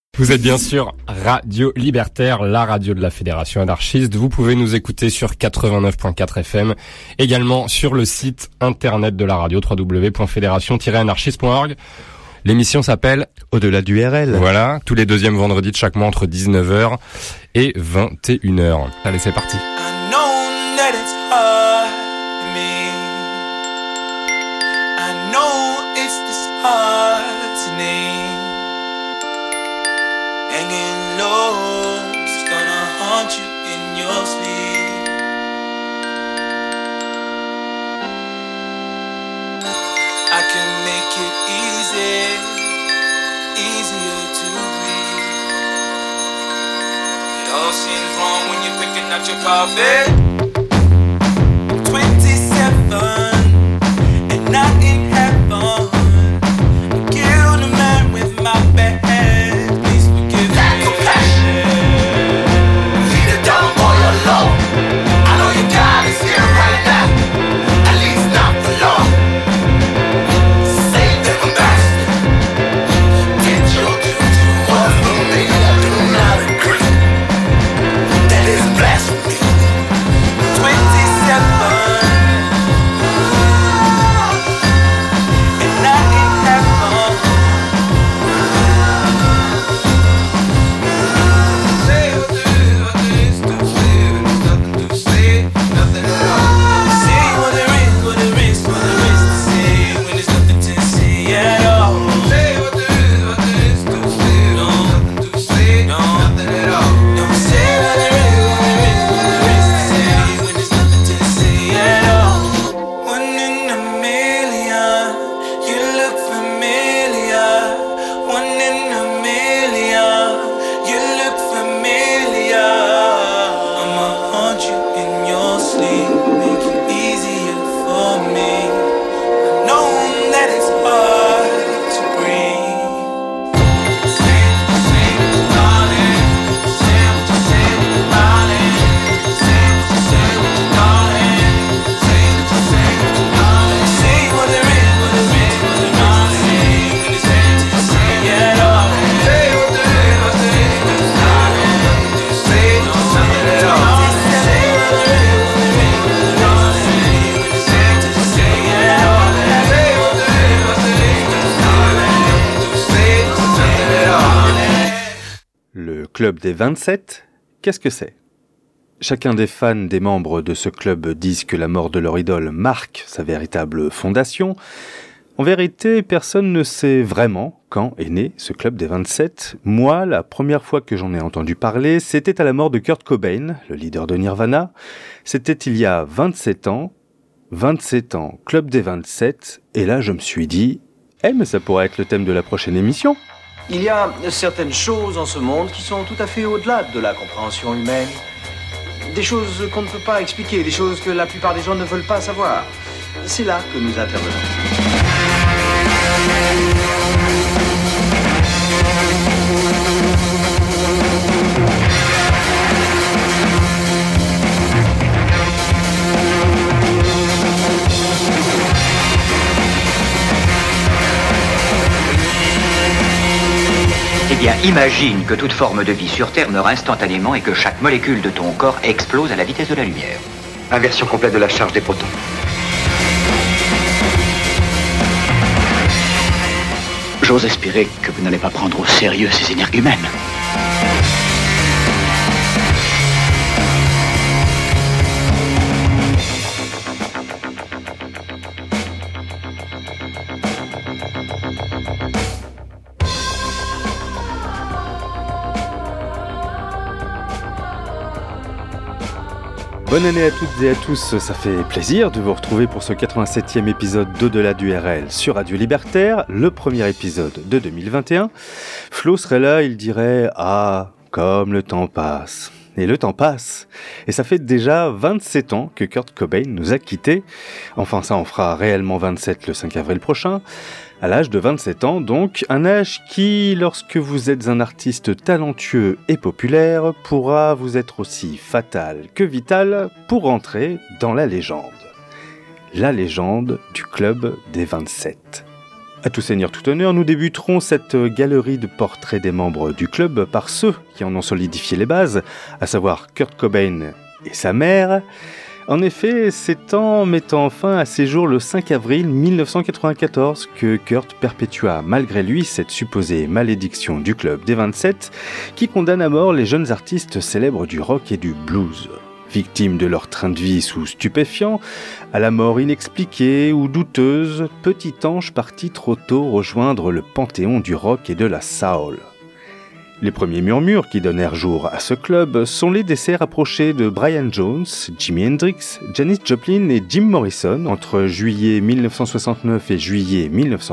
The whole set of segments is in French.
Vous êtes bien sûr Radio Libertaire, la radio de la Fédération anarchiste. Vous pouvez nous écouter sur 89.4 FM, également sur le site internet de la radio www.fédération-anarchiste.org. L'émission s'appelle Au-delà du RL. Voilà, tous les deuxièmes vendredis de chaque mois entre 19h et 21h. Allez, c'est parti. Hanging low, it's gonna haunt you in your sleep. I can make it easier to breathe. It all seems wrong when you're picking out your coffee. 27 and not in heaven. Killed a man with my bed. Club des 27, qu'est-ce que c'est ? Chacun des fans des membres de ce club disent que la mort de leur idole marque sa véritable fondation. En vérité, personne ne sait vraiment quand est né ce club des 27. Moi, la première fois que j'en ai entendu parler, c'était à la mort de Kurt Cobain, le leader de Nirvana. C'était il y a 27 ans. 27 ans, club des 27. Et là, je me suis dit, mais ça pourrait être le thème de la prochaine émission. Il y a certaines choses en ce monde qui sont tout à fait au-delà de la compréhension humaine. Des choses qu'on ne peut pas expliquer, des choses que la plupart des gens ne veulent pas savoir. C'est là que nous intervenons. Eh bien, imagine que toute forme de vie sur Terre meurt instantanément et que chaque molécule de ton corps explose à la vitesse de la lumière. Inversion complète de la charge des protons. J'ose espérer que vous n'allez pas prendre au sérieux ces énergumènes. Bonne année à toutes et à tous, ça fait plaisir de vous retrouver pour ce 87e épisode d'Au-delà du RL sur Radio Libertaire, le premier épisode de 2021. Flo serait là, il dirait « Ah, comme le temps passe ». Et le temps passe. Et ça fait déjà 27 ans que Kurt Cobain nous a quittés. Enfin, ça en fera réellement 27 le 5 avril prochain. À l'âge de 27 ans, donc, un âge qui, lorsque vous êtes un artiste talentueux et populaire, pourra vous être aussi fatal que vital pour entrer dans la légende. La légende du Club des 27. À tout seigneur, tout honneur, nous débuterons cette galerie de portraits des membres du club par ceux qui en ont solidifié les bases, à savoir Kurt Cobain et sa mère. En effet, c'est en mettant fin à ses jours le 5 avril 1994 que Kurt perpétua malgré lui cette supposée malédiction du club des 27 qui condamne à mort les jeunes artistes célèbres du rock et du blues. Victimes de leur train de vie sous stupéfiants, à la mort inexpliquée ou douteuse, petit ange partit trop tôt rejoindre le panthéon du rock et de la soul. Les premiers murmures qui donnèrent jour à ce club sont les décès rapprochés de Brian Jones, Jimi Hendrix, Janis Joplin et Jim Morrison entre juillet 1969 et juillet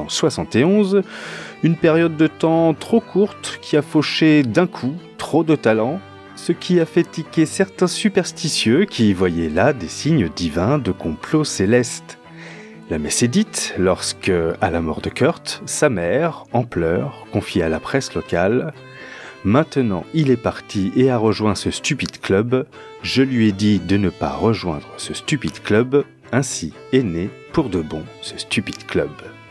1971, une période de temps trop courte qui a fauché d'un coup trop de talent, ce qui a fait tiquer certains superstitieux qui voyaient là des signes divins de complot céleste. La messe est dite lorsque, à la mort de Kurt, sa mère, en pleurs, confie à la presse locale « Maintenant, il est parti et a rejoint ce stupide club. Je lui ai dit de ne pas rejoindre ce stupide club. Ainsi est né, pour de bon, ce stupide club. »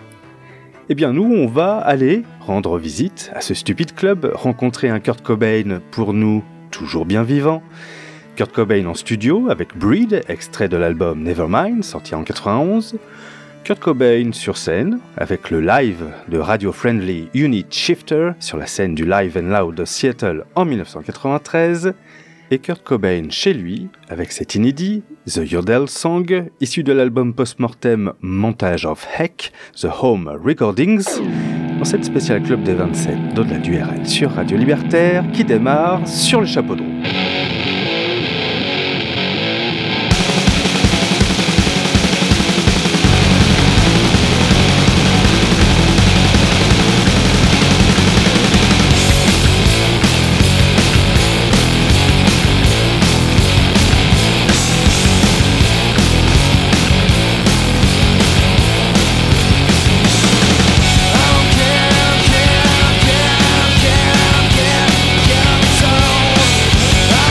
Eh bien nous, on va aller rendre visite à ce stupide club, rencontrer un Kurt Cobain pour nous toujours bien vivant. Kurt Cobain en studio avec Breed, extrait de l'album Nevermind, sorti en 91. Kurt Cobain sur scène avec le live de radio-friendly Unit Shifter sur la scène du Live and Loud de Seattle en 1993. Et Kurt Cobain chez lui avec cet inédit, The Yodel Song, issu de l'album post-mortem Montage of Heck, The Home Recordings, dans cette spéciale Club des 27 d'au-delà du RL sur Radio Libertaire qui démarre sur les chapeaux de roue. I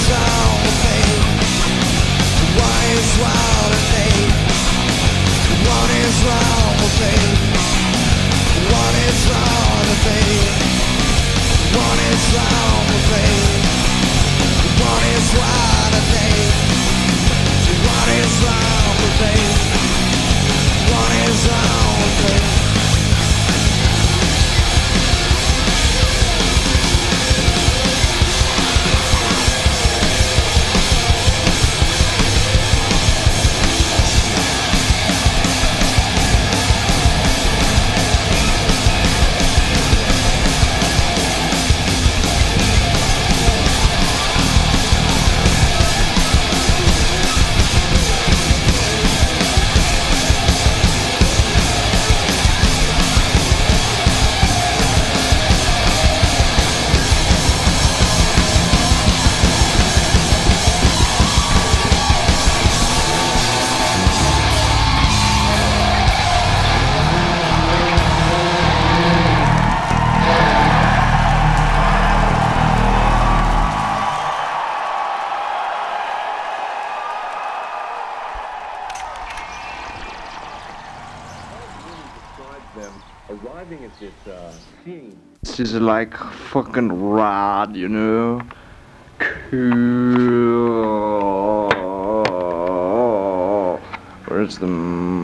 This is like fucking rad, you know. Cool. Where's the?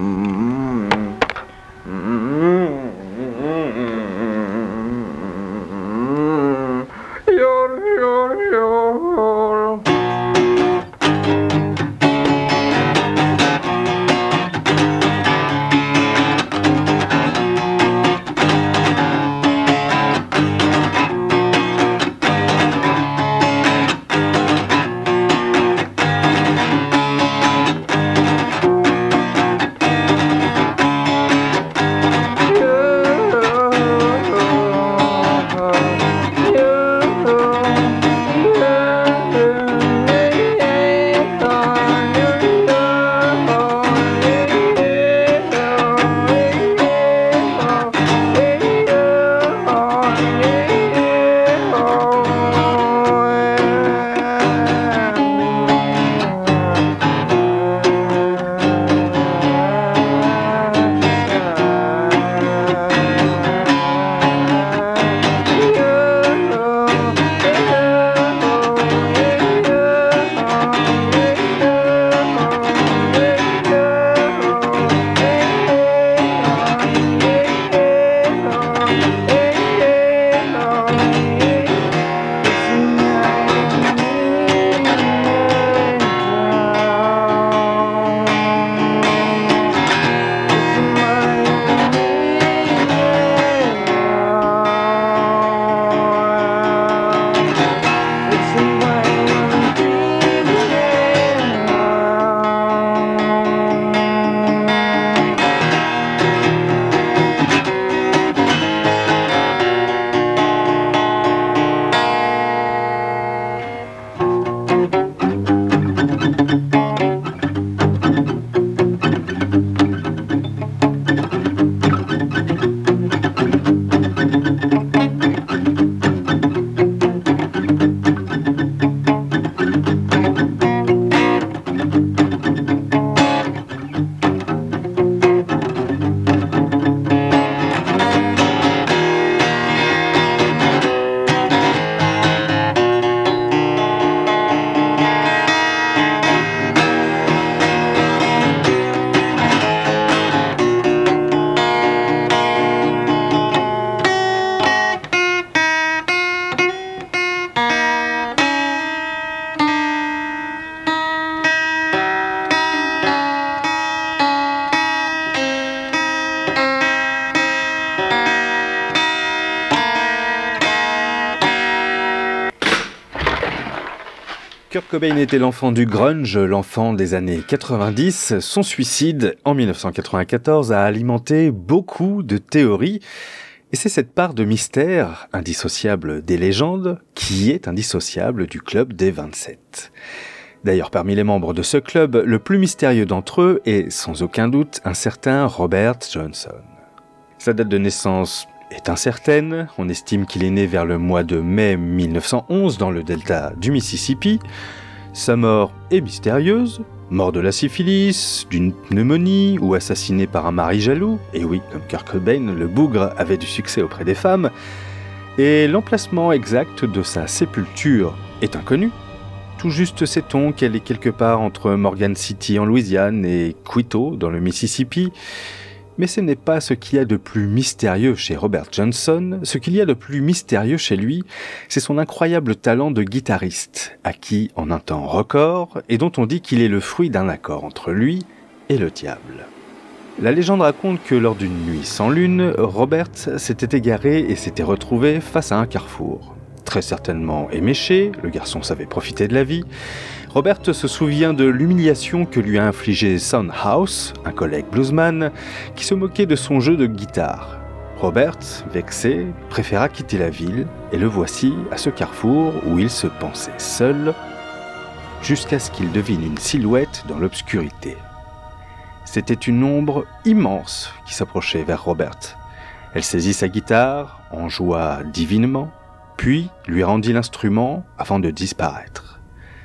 Kurt Cobain était l'enfant du grunge, l'enfant des années 90. Son suicide, en 1994, a alimenté beaucoup de théories. Et c'est cette part de mystère, indissociable des légendes, qui est indissociable du club des 27. D'ailleurs, parmi les membres de ce club, le plus mystérieux d'entre eux est, sans aucun doute, un certain Robert Johnson. Sa date de naissance est incertaine. On estime qu'il est né vers le mois de mai 1911 dans le delta du Mississippi. Sa mort est mystérieuse. Mort de la syphilis, d'une pneumonie ou assassiné par un mari jaloux. Et oui, comme Kurt Cobain, le bougre avait du succès auprès des femmes. Et l'emplacement exact de sa sépulture est inconnu. Tout juste sait-on qu'elle est quelque part entre Morgan City en Louisiane et Quito dans le Mississippi. Mais ce n'est pas ce qu'il y a de plus mystérieux chez Robert Johnson. Ce qu'il y a de plus mystérieux chez lui, c'est son incroyable talent de guitariste, acquis en un temps record, et dont on dit qu'il est le fruit d'un accord entre lui et le diable. La légende raconte que lors d'une nuit sans lune, Robert s'était égaré et s'était retrouvé face à un carrefour. Très certainement éméché, le garçon savait profiter de la vie. Robert se souvient de l'humiliation que lui a infligée Son House, un collègue bluesman, qui se moquait de son jeu de guitare. Robert, vexé, préféra quitter la ville, et le voici à ce carrefour où il se pensait seul, jusqu'à ce qu'il devine une silhouette dans l'obscurité. C'était une ombre immense qui s'approchait vers Robert. Elle saisit sa guitare, en joua divinement, puis lui rendit l'instrument avant de disparaître.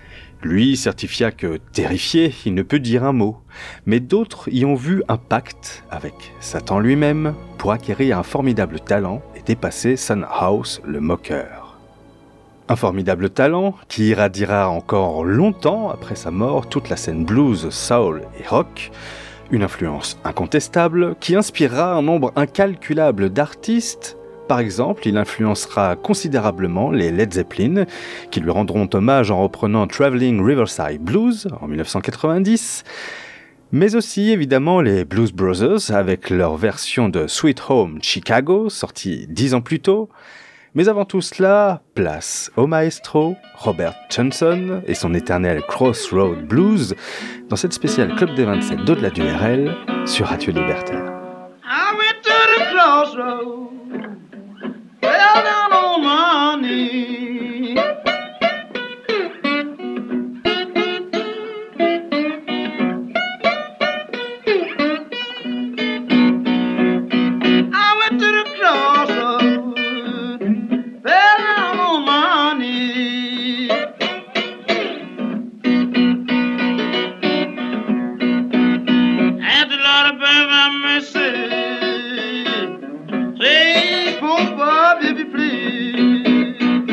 Lui certifia que, terrifié, il ne peut dire un mot, mais d'autres y ont vu un pacte avec Satan lui-même pour acquérir un formidable talent et dépasser Son House le moqueur. Un formidable talent qui irradiera encore longtemps après sa mort toute la scène blues, soul et rock, une influence incontestable qui inspirera un nombre incalculable d'artistes. Par exemple, il influencera considérablement les Led Zeppelin, qui lui rendront hommage en reprenant Traveling Riverside Blues en 1990, mais aussi évidemment les Blues Brothers avec leur version de Sweet Home Chicago, sortie 10 ans plus tôt. Mais avant tout cela, place au maestro Robert Johnson et son éternel Crossroad Blues dans cette spéciale Club des 27 d'Au-delà du RL sur Radio Libertaire. I went to the crossroads, fell down on my knees. I went to the crossroads, fell down on my knees. Asked the Lord to bear my mercy. Take poor Bob if you please.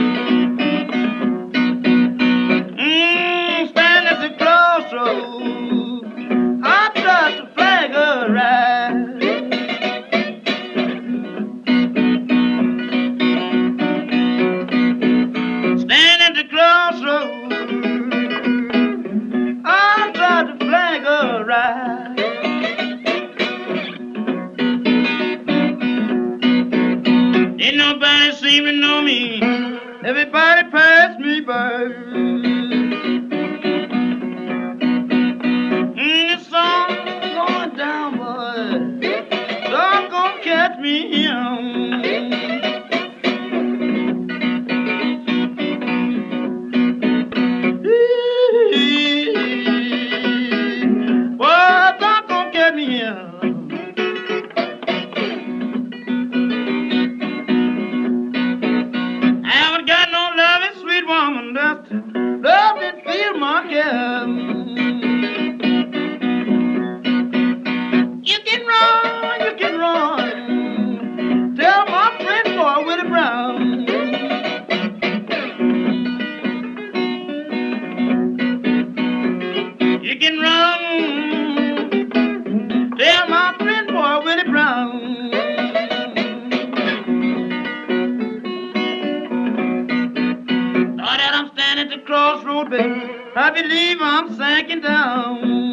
Stand at the crossroads. I tried to flag her right. Stand at the crossroads. I tried to flag her right. Ain't nobody seem to know me. Everybody passed me by. The sun's going down, boy. Sun gonna catch me young. Boy, sun gonna catch me young. Love and feel my care. You can run. Tell my friend boy Willie Brown. You can run. Tell my friend boy Willie Brown. At the crossroad, baby, I believe I'm sinking down.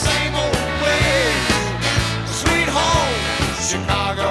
same old place. Sweet home, Chicago.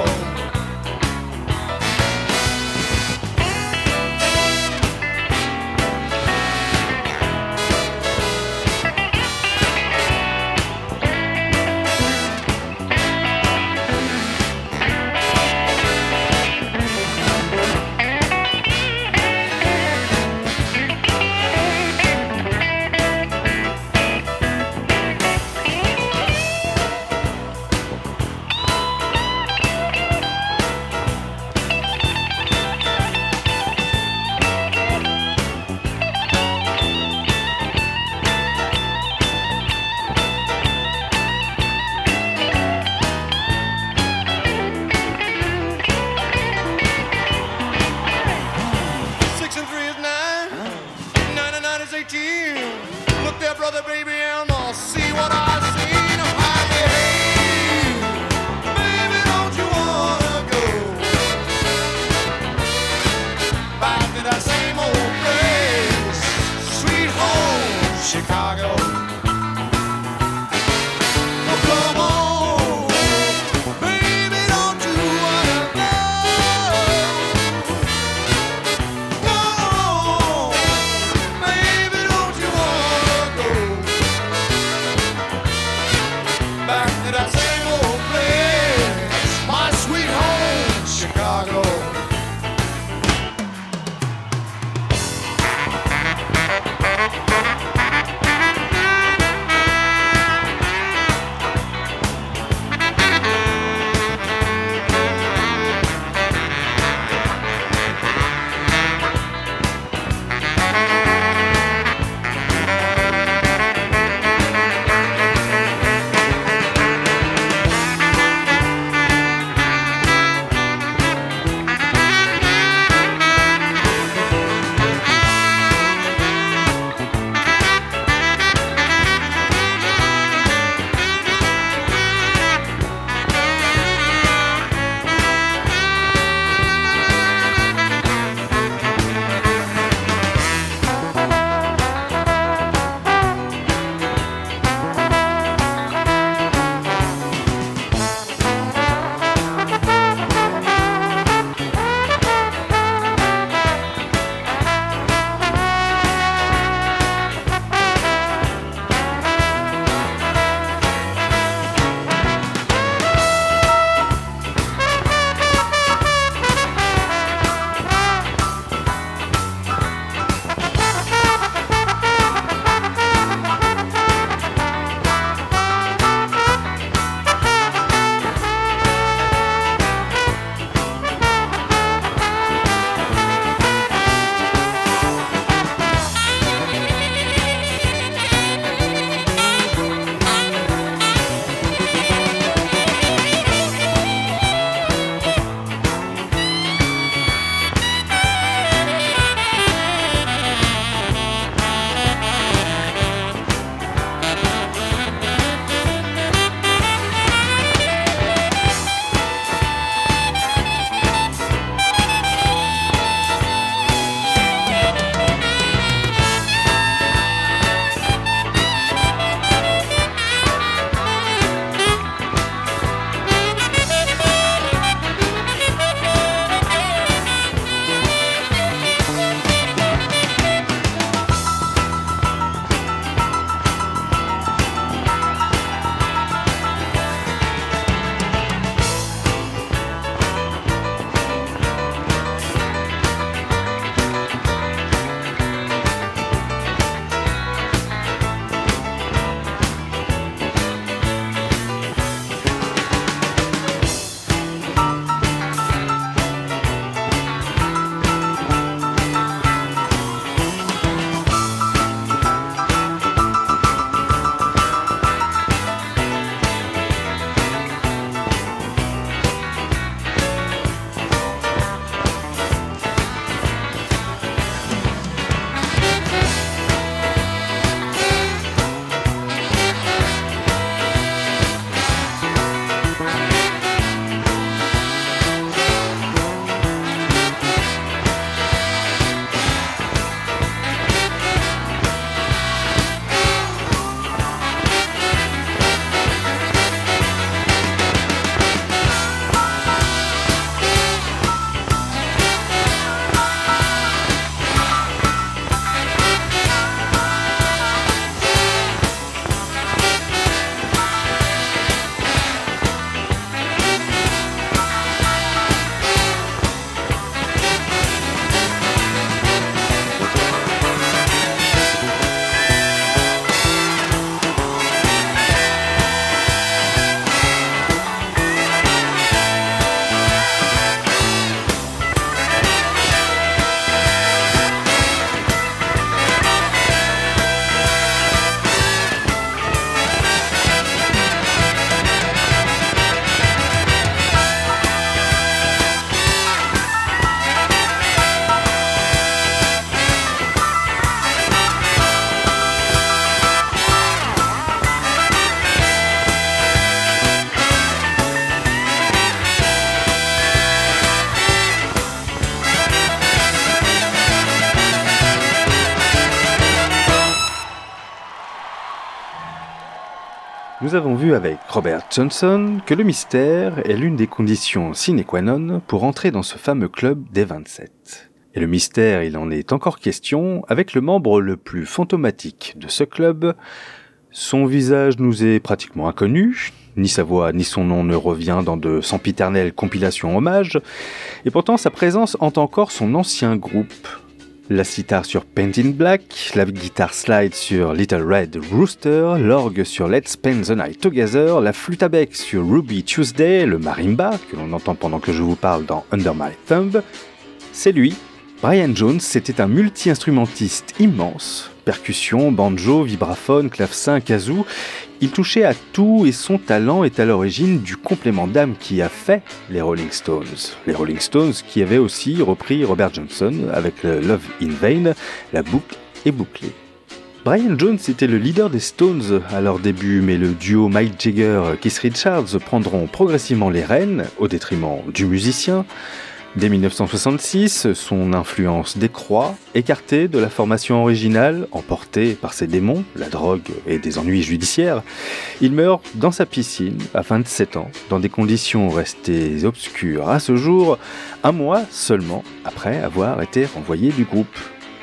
nous avons vu avec Robert Johnson que le mystère est l'une des conditions sine qua non pour entrer dans ce fameux club des 27. Et le mystère, il en est encore question avec le membre le plus fantomatique de ce club. Son visage nous est pratiquement inconnu, ni sa voix ni son nom ne revient dans de sempiternelles compilations hommages, et pourtant sa présence hante encore son ancien groupe. La sitar sur Paint in Black, la guitare slide sur Little Red Rooster, l'orgue sur Let's Spend the Night Together, la flûte à bec sur Ruby Tuesday, le marimba, que l'on entend pendant que je vous parle dans Under My Thumb, c'est lui. Brian Jones, c'était un multi-instrumentiste immense, percussion, banjo, vibraphone, clavecin, kazoo. Il touchait à tout et son talent est à l'origine du complément d'âme qui a fait les Rolling Stones. Les Rolling Stones qui avaient aussi repris Robert Johnson avec le Love in Vain, la boucle est bouclée. Brian Jones était le leader des Stones à leur début, mais le duo Mick Jagger-Keith Richards prendront progressivement les rênes au détriment du musicien. Dès 1966, son influence décroît, écarté de la formation originale, emporté par ses démons, la drogue et des ennuis judiciaires. Il meurt dans sa piscine à 27 ans, dans des conditions restées obscures à ce jour, un mois seulement après avoir été renvoyé du groupe.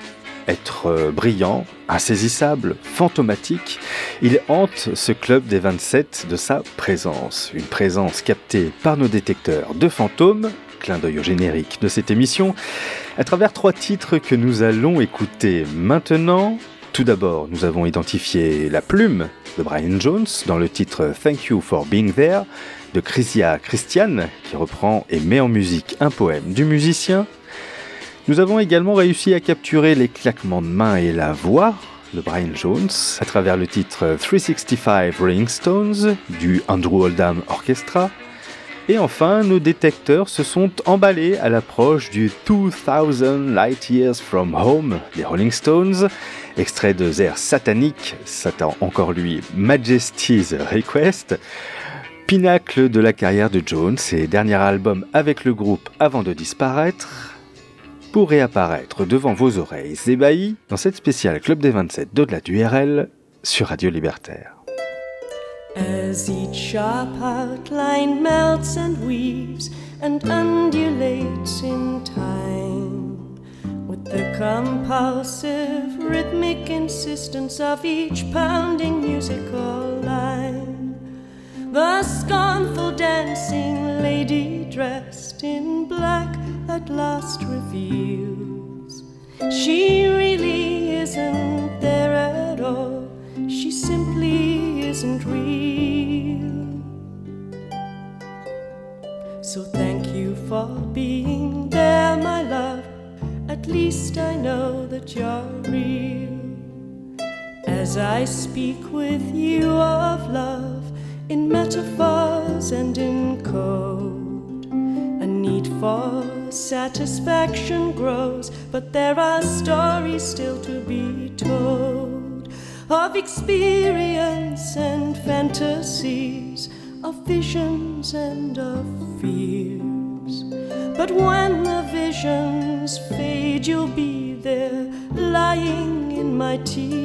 Être brillant, insaisissable, fantomatique, il hante ce club des 27 de sa présence. Une présence captée par nos détecteurs de fantômes, clin d'œil au générique de cette émission, à travers 3 titres que nous allons écouter maintenant. Tout d'abord, nous avons identifié la plume de Brian Jones dans le titre Thank You for Being There de Chrysia Christian, qui reprend et met en musique un poème du musicien. Nous avons également réussi à capturer les claquements de mains et la voix de Brian Jones à travers le titre 365 Rolling Stones du Andrew Oldham Orchestra. Et enfin, nos détecteurs se sont emballés à l'approche du 2000 Light Years from Home des Rolling Stones, extrait de Air Satanic, Satan encore lui, Majesty's Request, pinacle de la carrière de Jones et dernier album avec le groupe avant de disparaître, pour réapparaître devant vos oreilles ébahies dans cette spéciale Club des 27 d'au-delà du RL sur Radio Libertaire. As each sharp outline melts and weaves and undulates in time, with the compulsive rhythmic insistence of each pounding musical line, the scornful dancing lady dressed in black at last reveals she really isn't there at all. She simply isn't real. So thank you for being there, my love. At least I know that you're real. As I speak with you of love, in metaphors and in code, a need for satisfaction grows, but there are stories still to be told, of experience and fantasies, of visions and of fears. But when the visions fade, you'll be there, lying in my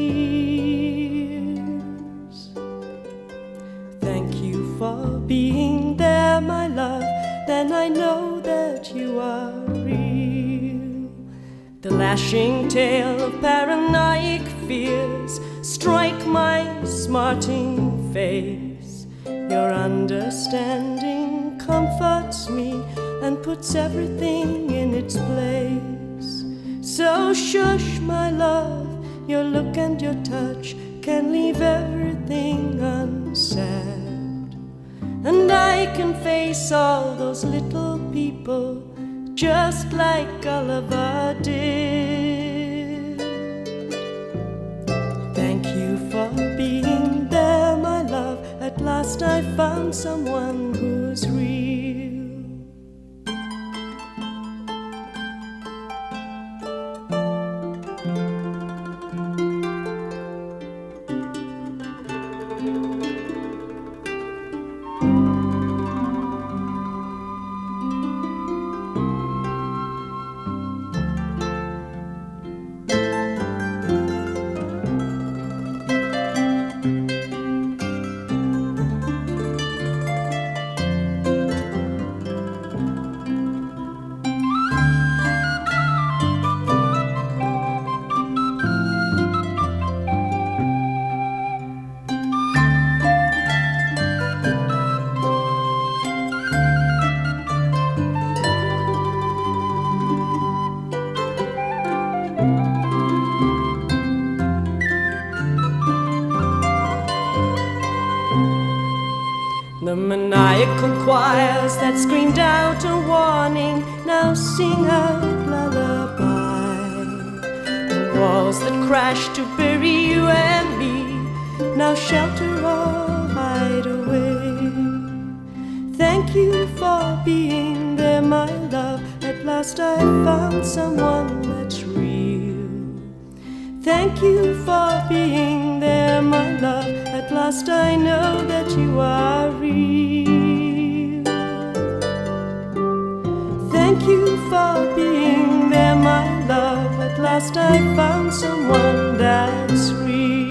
tears. Thank you for being there, my love, then I know that you are real. The lashing tale of paranoid fears strike my smarting face. Your understanding comforts me and puts everything in its place. So shush, my love, your look and your touch can leave everything unsaid. And I can face all those little people just like Gulliver did. Thank you for being there, my love. At last I found someone who's real. The maniacal choirs that screamed out a warning now sing out lullaby. The walls that crashed to bury you and me now shelter or hide away. Thank you for being there, my love. At last I found someone that's real. Thank you for being there, my love. At last I know that you are real. Thank you for being there, my love. At last I found someone that's real.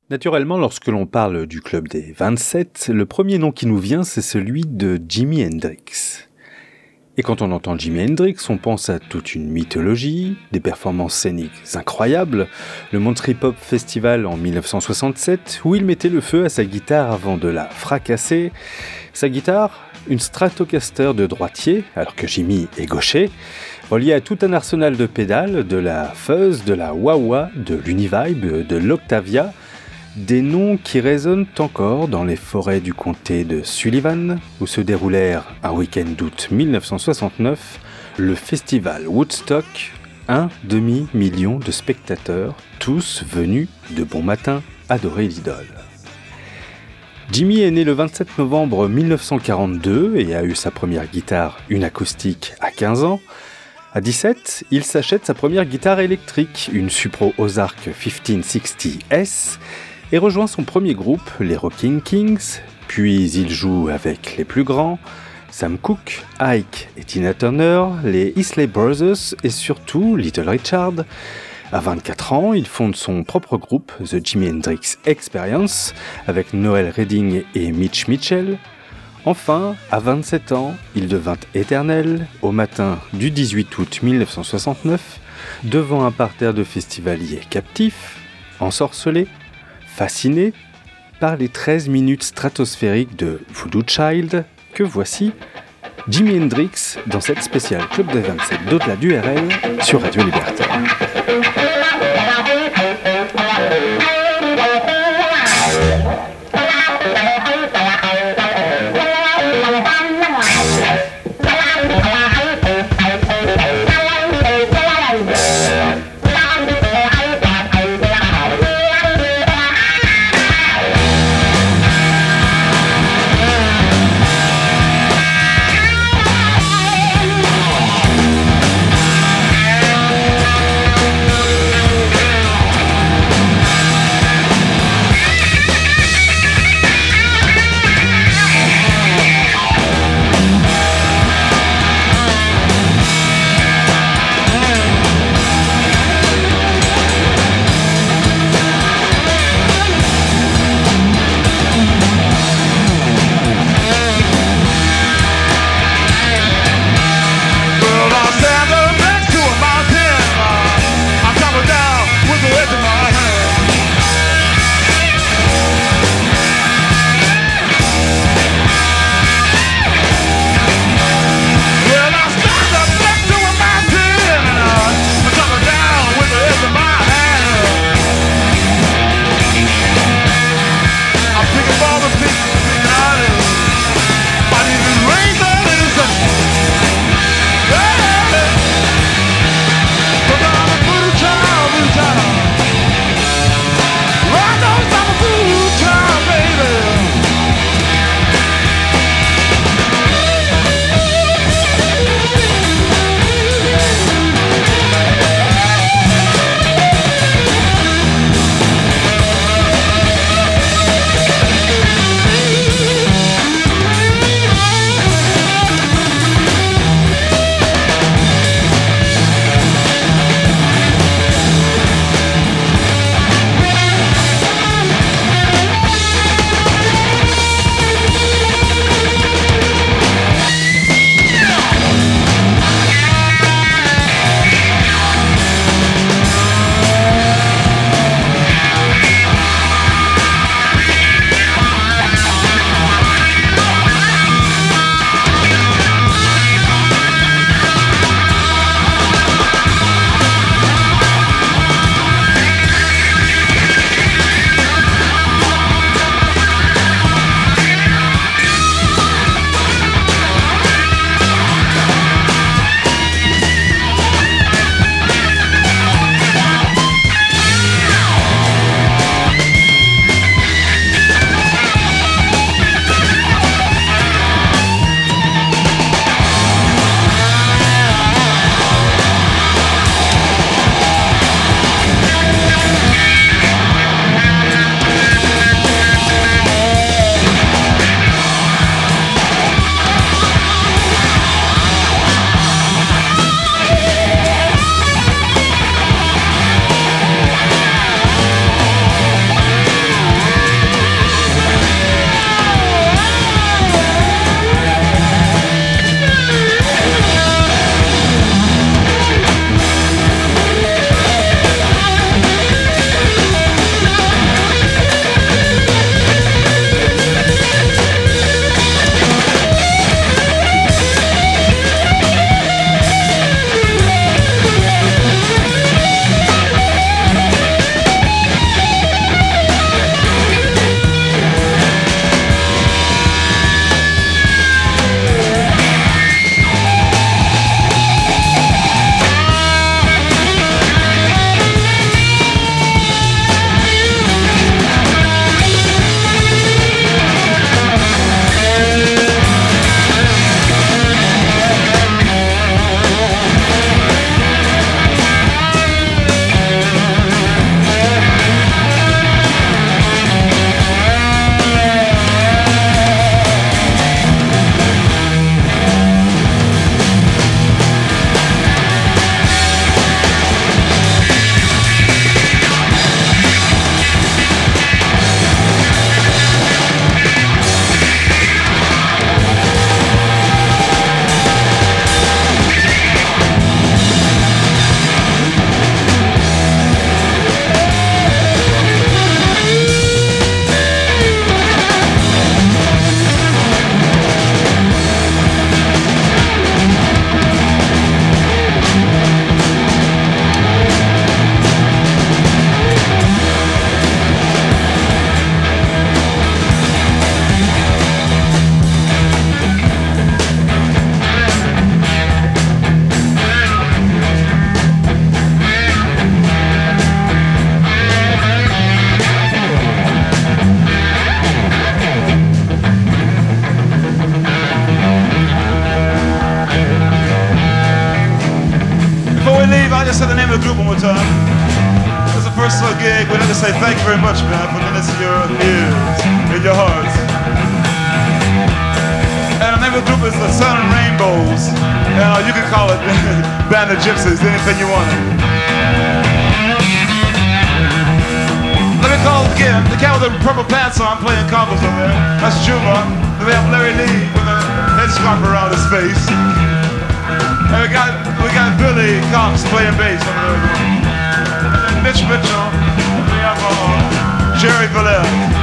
Naturellement, lorsque l'on parle du Club des 27, le premier nom qui nous vient, c'est celui de Jimi Hendrix. Et quand on entend Jimi Hendrix, on pense à toute une mythologie, des performances scéniques incroyables, le Monterey Pop Festival en 1967, où il mettait le feu à sa guitare avant de la fracasser. Sa guitare, une Stratocaster de droitier, alors que Jimi est gaucher, reliée à tout un arsenal de pédales, de la fuzz, de la wah-wah, de l'Univibe, de l'Octavia, des noms qui résonnent encore dans les forêts du comté de Sullivan, où se déroulèrent, un week-end d'août 1969, le festival Woodstock, 1,5 million de spectateurs, tous venus de bon matin adorer l'idole. Jimi est né le 27 novembre 1942 et a eu sa première guitare, une acoustique, à 15 ans. À 17, il s'achète sa première guitare électrique, une Supro Ozark 1560S, et rejoint son premier groupe, les Rocking Kings, puis il joue avec les plus grands, Sam Cooke, Ike et Tina Turner, les Isley Brothers et surtout Little Richard. À 24 ans, il fonde son propre groupe, The Jimi Hendrix Experience, avec Noel Redding et Mitch Mitchell. Enfin, à 27 ans, il devint éternel, au matin du 18 août 1969, devant un parterre de festivaliers captifs, ensorcelés, fascinés par les 13 minutes stratosphériques de Voodoo Child, que voici Jimi Hendrix dans cette spéciale Club des 27 d'au-delà du RL sur Radio Libertaire. more time. It's the first gig. We'd like to say thank you very much, man, for lending us your ears and your hearts. And the name of the group is the Sun and Rainbows. And you can call it Band of Gypsies, anything you want. Let me call again the cat with the purple pants on playing congas over there. That's Juba. Then we have Larry Lee with a headscarf around his face. And we got Billy Cox playing bass over there. And then Mitch Mitchell. And we have Jerry Villette.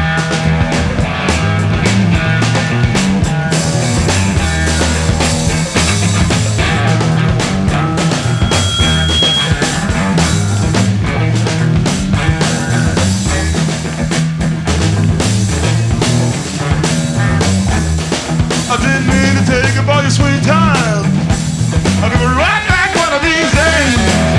I didn't mean to take up all your sweet time. I'll give it right back one of these days.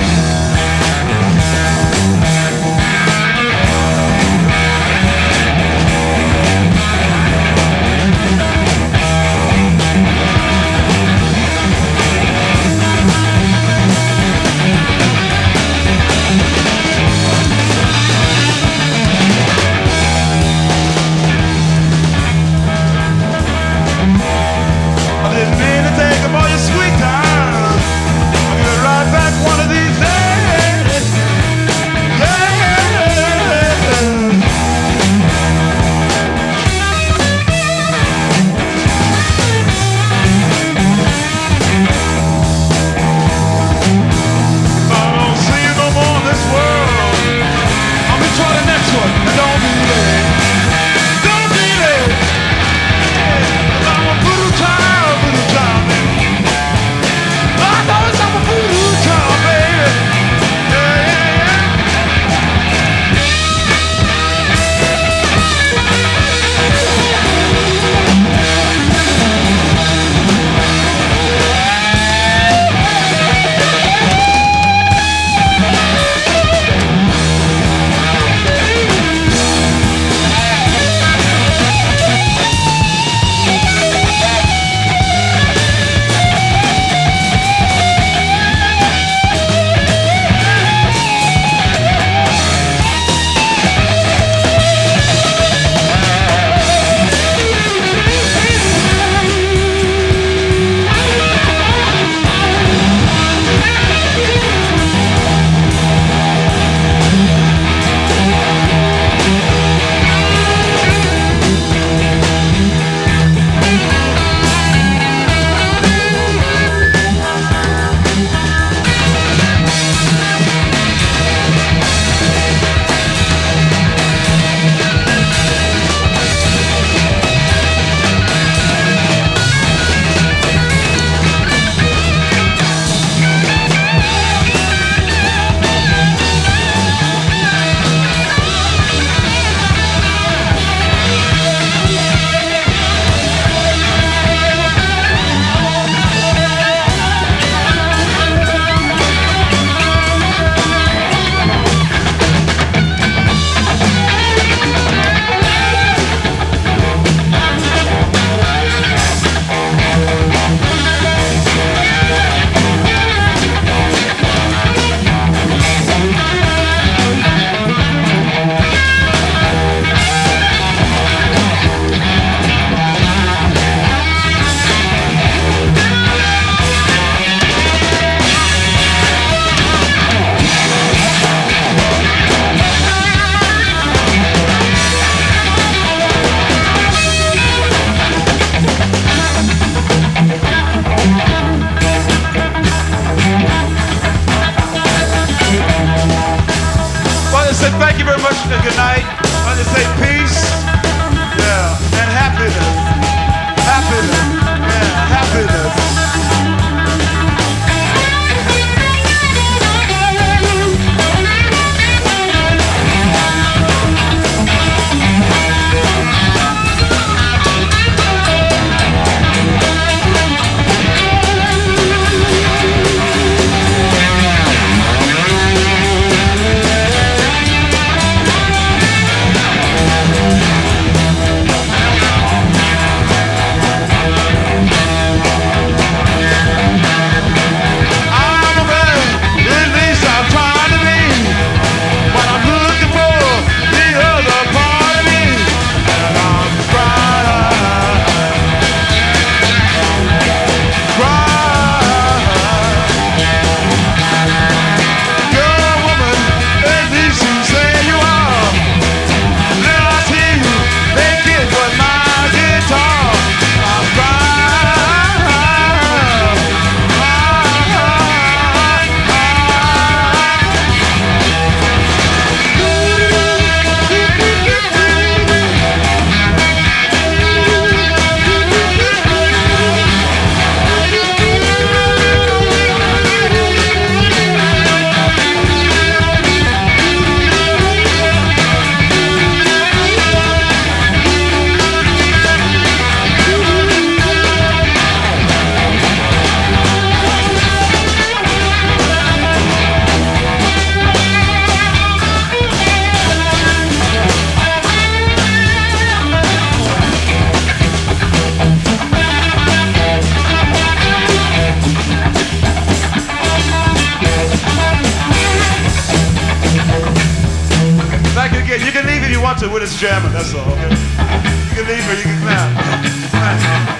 to when it's jamming, that's all. You can leave or you can clap.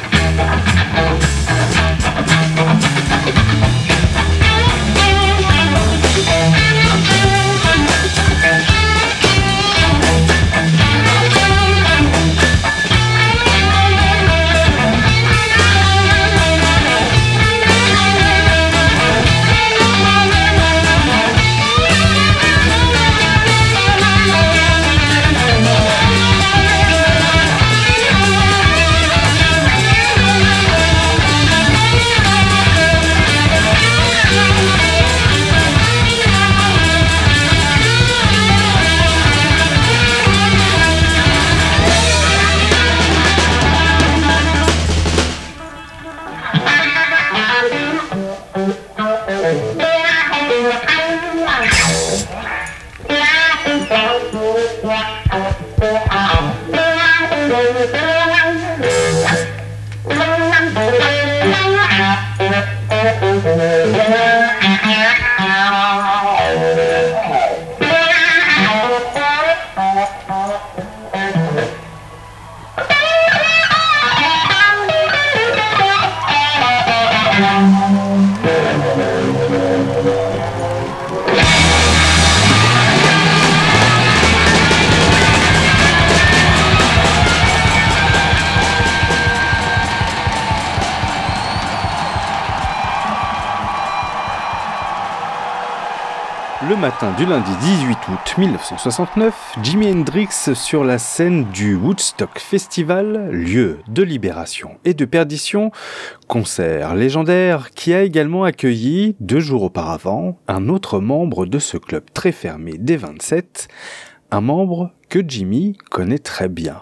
Le matin du lundi 18 août 1969, Jimi Hendrix sur la scène du Woodstock Festival, lieu de libération et de perdition, concert légendaire qui a également accueilli, 2 jours auparavant, un autre membre de ce club très fermé des 27, un membre que Jimi connaît très bien.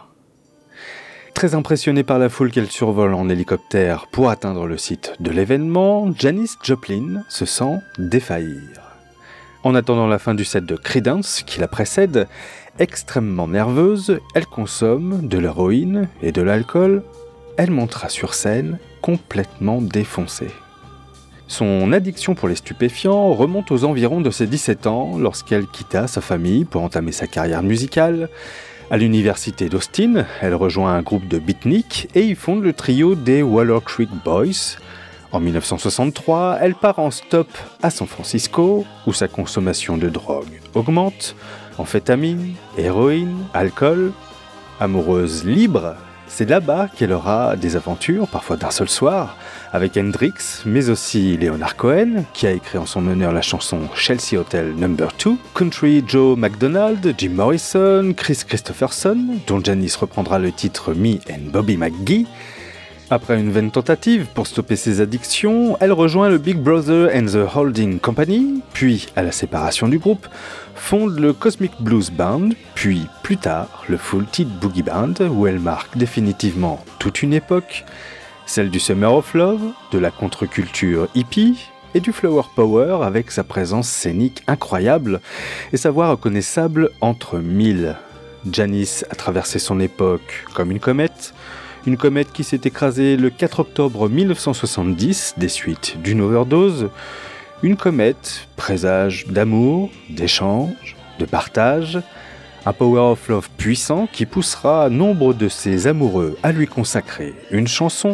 Très impressionné par la foule qu'elle survole en hélicoptère pour atteindre le site de l'événement, Janis Joplin se sent défaillir. En attendant la fin du set de Creedence qui la précède, extrêmement nerveuse, elle consomme de l'héroïne et de l'alcool. Elle montera sur scène complètement défoncée. Son addiction pour les stupéfiants remonte aux environs de ses 17 ans lorsqu'elle quitta sa famille pour entamer sa carrière musicale. À l'université d'Austin, elle rejoint un groupe de beatniks et y fonde le trio des Waller Creek Boys. En 1963, elle part en stop à San Francisco, où sa consommation de drogue augmente, amphétamine, héroïne, alcool. Amoureuse libre, c'est là-bas qu'elle aura des aventures, parfois d'un seul soir, avec Hendrix, mais aussi Leonard Cohen, qui a écrit en son honneur la chanson Chelsea Hotel No. 2, Country Joe McDonald, Jim Morrison, Chris Christopherson, dont Janis reprendra le titre Me and Bobby McGee. Après une vaine tentative pour stopper ses addictions, elle rejoint le Big Brother and the Holding Company, puis, à la séparation du groupe, fonde le Cosmic Blues Band, puis, plus tard, le Full Tilt Boogie Band, où elle marque définitivement toute une époque, celle du Summer of Love, de la contre-culture hippie, et du Flower Power avec sa présence scénique incroyable et sa voix reconnaissable entre mille. Janis a traversé son époque comme une comète qui s'est écrasée le 4 octobre 1970 des suites d'une overdose. Une comète, présage d'amour, d'échange, de partage, un power of love puissant qui poussera nombre de ses amoureux à lui consacrer une chanson.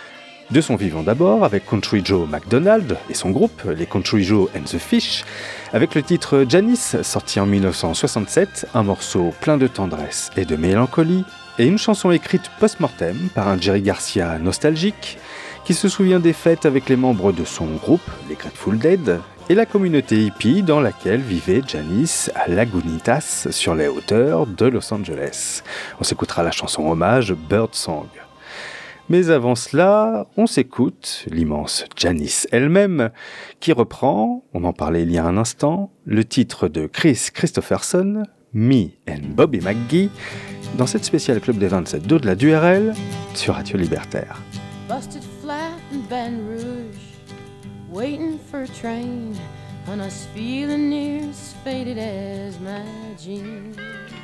De son vivant d'abord, avec Country Joe McDonald et son groupe, les Country Joe and the Fish, avec le titre Janis, sorti en 1967, un morceau plein de tendresse et de mélancolie, et une chanson écrite post-mortem par un Jerry Garcia nostalgique, qui se souvient des fêtes avec les membres de son groupe, les Grateful Dead, et la communauté hippie dans laquelle vivait Janis à Lagunitas, sur les hauteurs de Los Angeles. On s'écoutera la chanson hommage Birdsong. Mais avant cela, on s'écoute l'immense Janis elle-même, qui reprend, on en parlait il y a un instant, le titre de Chris Christopherson, Me and Bobby McGee, dans cette spéciale Club des 27 d'au-delà du RL, sur Radio Libertaire. Busted flat in Baton Rouge, waiting for a train, and I was feeling near as faded as my jeans.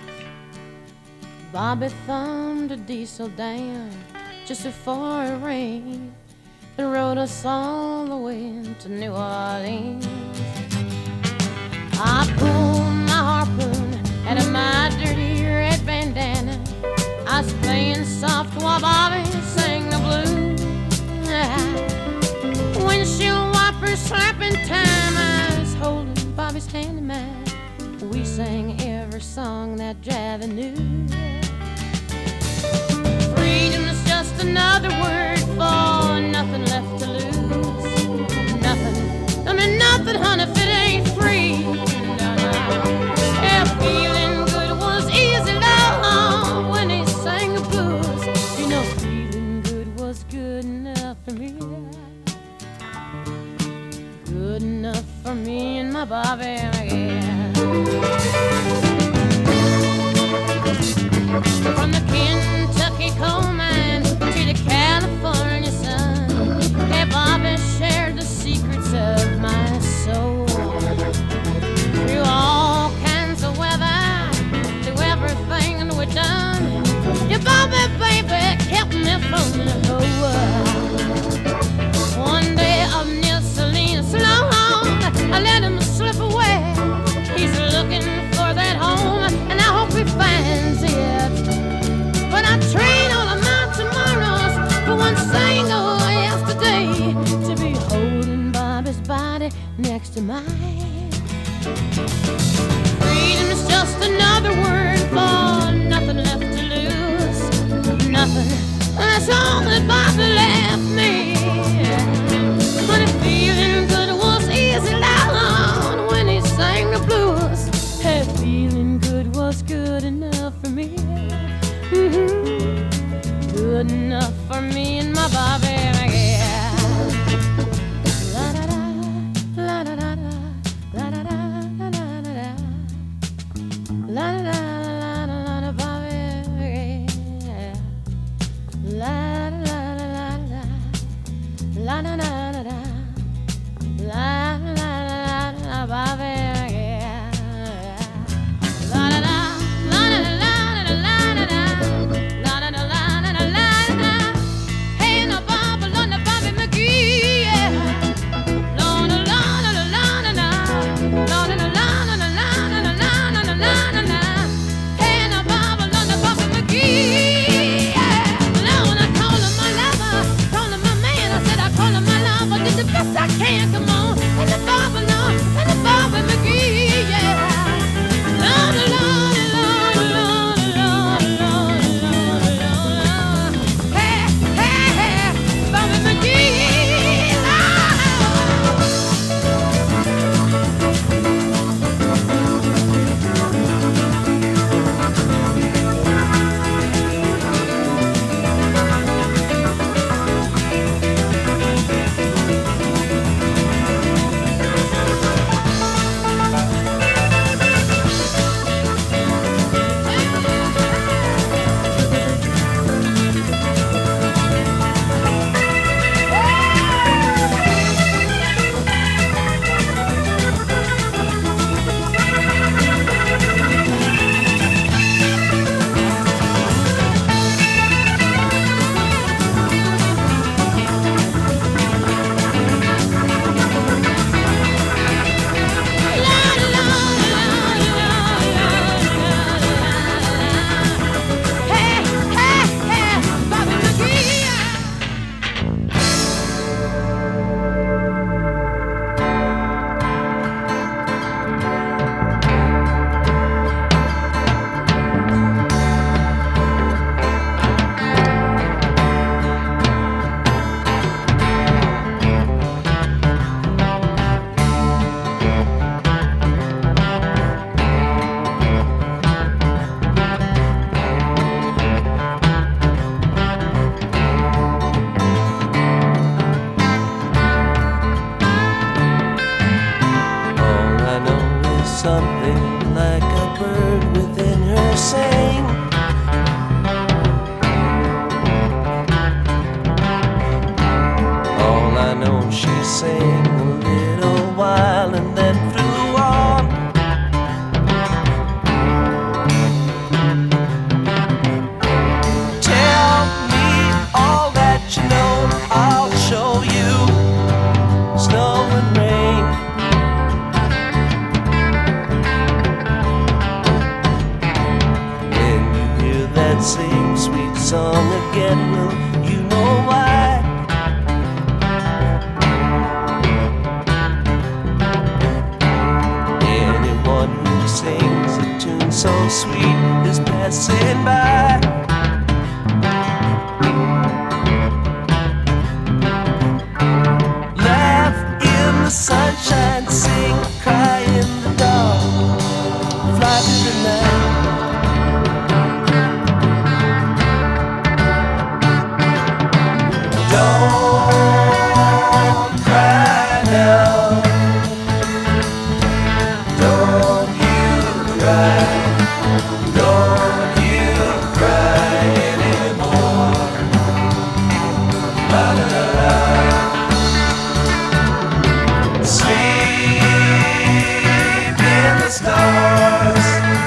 Bobby thumbed a diesel down just before it rained, and rode us all the way to New Orleans. I pulled my harpoon out of my dirty red band we sang every song that Javi knew. Freedom is just another word for nothing left to lose. Nothing, I mean nothing, honey, if it ain't free. No, no. Yeah, feeling good was easy, love, when he sang the blues. You know, feeling good was good enough for me. Good enough for me and my Bobby, yeah. From the Kentucky coal mine to the California sun, hey, Bobby shared the secrets of my soul. Through all kinds of weather, through everything that we've done, your Bobby, baby, kept me from the whole world. One day up near Selena Sloan, I let him slip away. He's looking for that home, and I hope he finds it. But I trade all of my tomorrows for one single yesterday, to be holding Bobby's body next to mine. Freedom is just another word for nothing left to lose. Nothing, that's all that Bobby left me. But if feeling good was easy loud when he sang the blues, hey, feeling good was good enough for me. Mm-hmm. Good enough for me and my Bobby, yeah. La da da, la da da da, la da da, la da da da, la da da, la da Bobby, yeah. La da la la la, la da da da da, la la la Bobby, yeah. La da da, la da la la la la da. I can't, come on, and the Bobby Lord, and the Bobby McGee, yeah. Lord, Lord, Lord, Lord, Lord, Lord, Lord, Lord, Lord. Hey, hey, hey, Bobby McGee, sing so sweet is passing by. Laugh in the sunshine, sing, cry in the dark, fly through the night. Don't cry now. Don't you cry. Don't you cry anymore. La la la la. Sleep in the stars.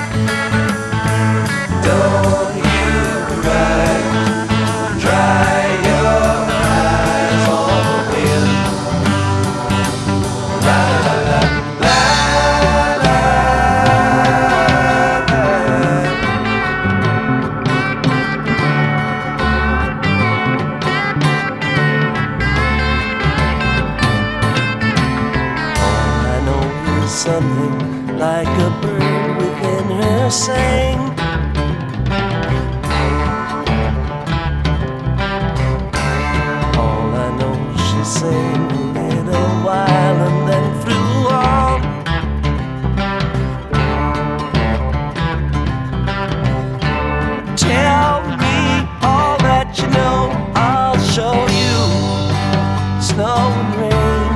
Don't you cry. Dry your eyes on the wind. La la la la la la. All I know is something like a bird within her sang. All I know, she sang a little while and then flew on. Tell me all that you know, I'll show you snow and rain.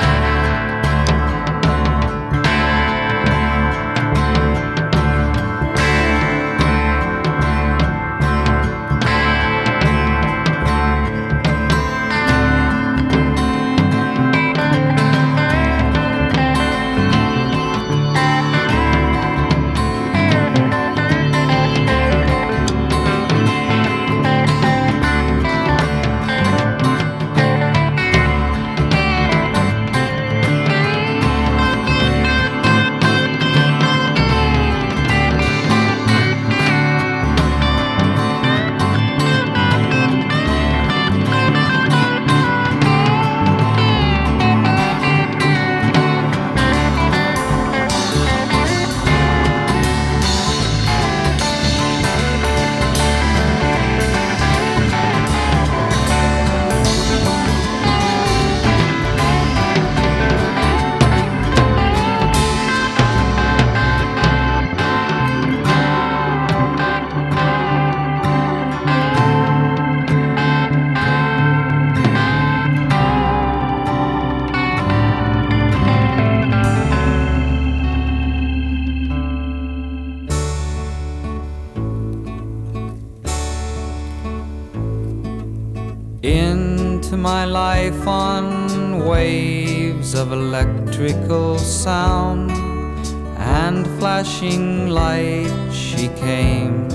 Into my life on waves of electrical sound and flashing light she came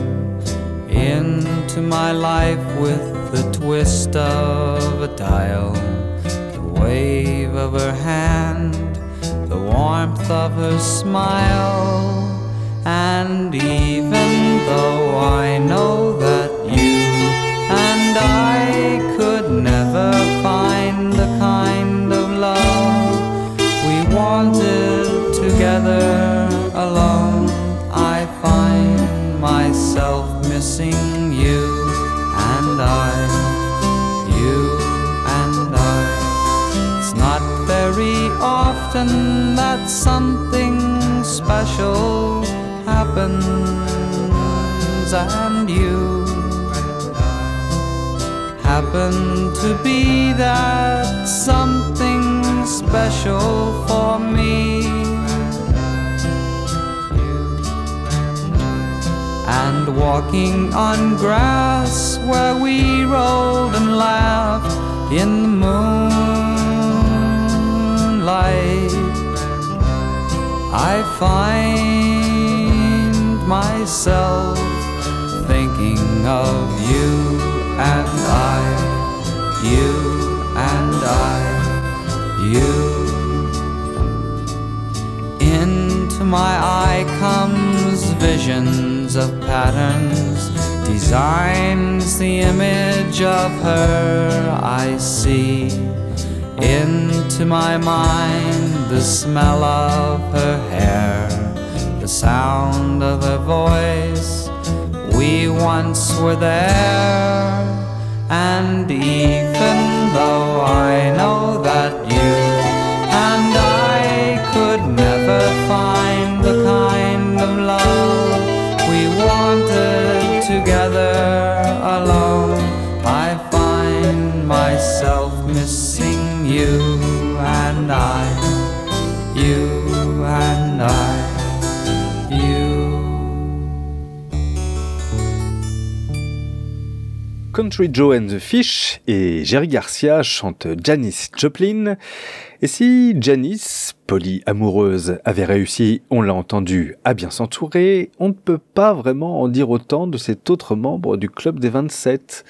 into my life with the twist of a dial, the wave of her hand, the warmth of her smile. And even though I know that you and I could never find the kind of love we wanted together alone, I find myself missing you and I, you and I. It's not very often that something special happens, and you happen to be that something special for me. And walking on grass where we rolled and laughed in the moonlight, I find myself thinking of you and I, you and I, you. Into my eye comes visions of patterns, designs the image of her I see. Into my mind the smell of her hair, the sound of her voice. We once were there, and even though I know that you and I could never find the kind of love we wanted together alone, I find myself missing you and I, you and I. Country Joe and the Fish et Jerry Garcia chantent Janis Joplin. Et si Janis, polyamoureuse, avait réussi, on l'a entendu, à bien s'entourer, on ne peut pas vraiment en dire autant de cet autre membre du Club des 27.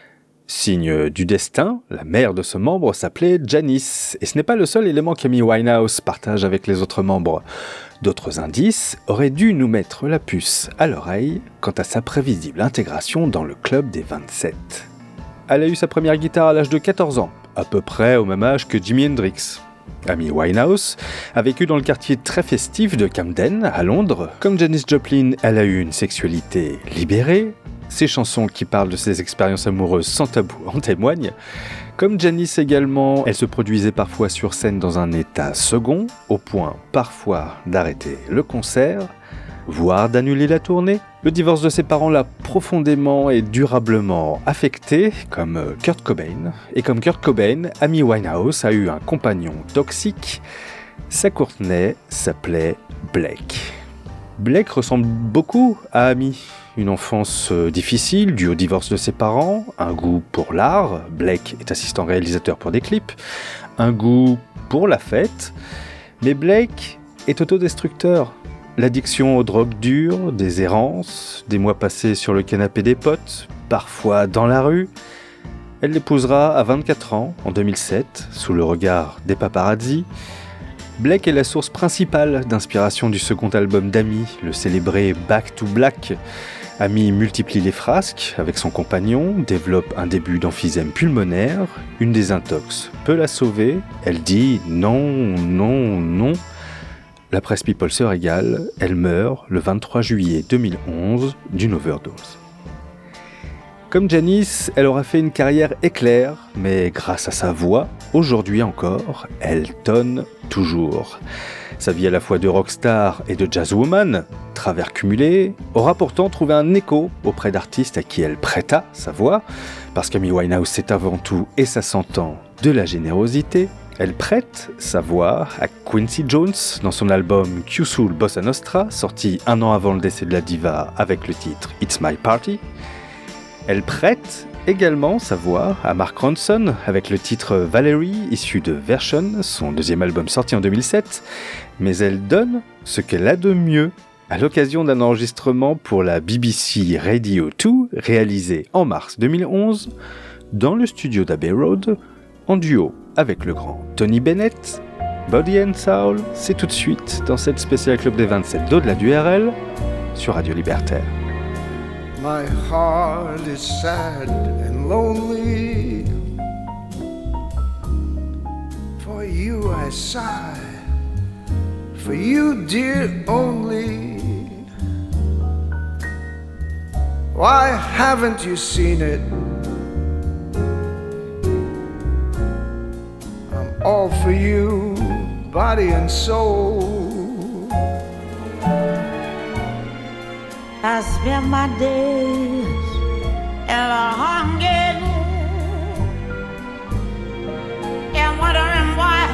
Signe du destin, la mère de ce membre s'appelait Janis, et ce n'est pas le seul élément qu'Amy Winehouse partage avec les autres membres. D'autres indices auraient dû nous mettre la puce à l'oreille quant à sa prévisible intégration dans le Club des 27. Elle a eu sa première guitare à l'âge de 14 ans, à peu près au même âge que Jimi Hendrix. Amy Winehouse a vécu dans le quartier très festif de Camden, à Londres. Comme Janis Joplin, elle a eu une sexualité libérée. Ses chansons qui parlent de ses expériences amoureuses sans tabou en témoignent. Comme Janis également, elle se produisait parfois sur scène dans un état second, au point parfois d'arrêter le concert, voire d'annuler la tournée. Le divorce de ses parents l'a profondément et durablement affectée, comme Kurt Cobain. Et comme Kurt Cobain, Amy Winehouse a eu un compagnon toxique. Sa Courtney s'appelait Blake. Blake ressemble beaucoup à Amy. Une enfance difficile due au divorce de ses parents, un goût pour l'art, Blake est assistant réalisateur pour des clips, un goût pour la fête, mais Blake est autodestructeur. L'addiction aux drogues dures, des errances, des mois passés sur le canapé des potes, parfois dans la rue. Elle l'épousera à 24 ans, en 2007, sous le regard des paparazzi. Blake est la source principale d'inspiration du second album d'Amy, le célébré Back to Black. Amy multiplie les frasques avec son compagnon, développe un début d'emphysème pulmonaire, une désintox peut la sauver, elle dit non, non, non. La presse People se régale, elle meurt le 23 juillet 2011 d'une overdose. Comme Janis, elle aura fait une carrière éclair, mais grâce à sa voix, aujourd'hui encore, elle tonne toujours. Sa vie à la fois de rockstar et de jazzwoman, travers cumulés, aura pourtant trouvé un écho auprès d'artistes à qui elle prêta sa voix, parce qu'Amy Winehouse c'est avant tout, et ça s'entend, de la générosité. Elle prête sa voix à Quincy Jones dans son album Q-Soul Bossa Nostra, sorti un an avant le décès de la diva avec le titre It's My Party. Elle prête également sa voix à Mark Ronson avec le titre Valerie, issu de Version, son deuxième album sorti en 2007, mais elle donne ce qu'elle a de mieux à l'occasion d'un enregistrement pour la BBC Radio 2 réalisé en mars 2011 dans le studio d'Abbey Road en duo avec le grand Tony Bennett. Body and Soul, c'est tout de suite dans cette spéciale Club des 27 d'au-delà du RL sur Radio Libertaire. My heart is sad and lonely. For you I sigh, for you dear only. Why haven't you seen it? I'm all for you, body and soul. I spend my days in a hunger and wondering why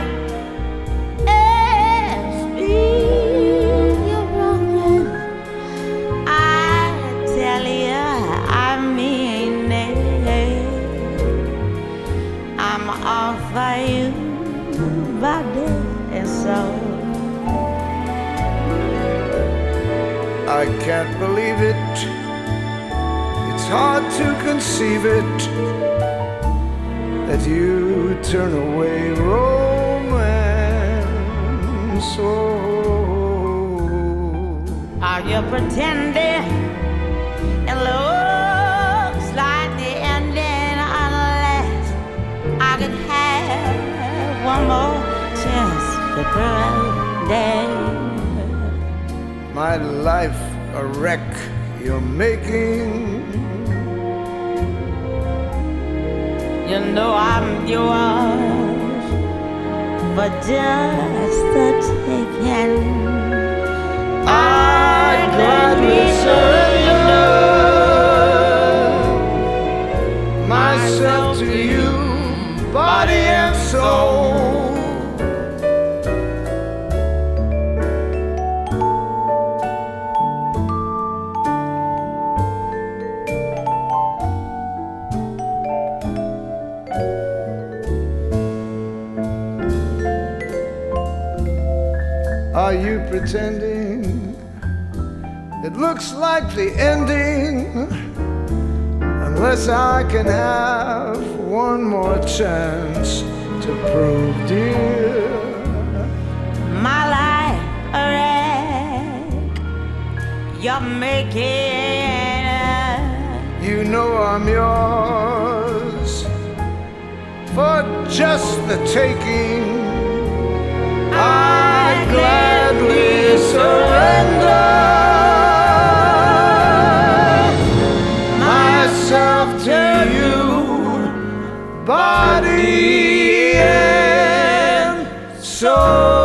it's me you're wronging. I tell you, I mean it. I'm all for you, body and soul. I can't believe it. It's hard to conceive it that you turn away romance. Oh. Are you pretending? It looks like the ending unless I could have one more chance to pretend. my life a wreck you're making. You know I'm yours for just the taking. I gladly surrender myself to you, body and soul. Are you pretending? It looks like the ending, unless I can have one more chance to prove, dear, my life a wreck you're making. You know I'm yours for just the taking. I gladly surrender myself to you, body and soul.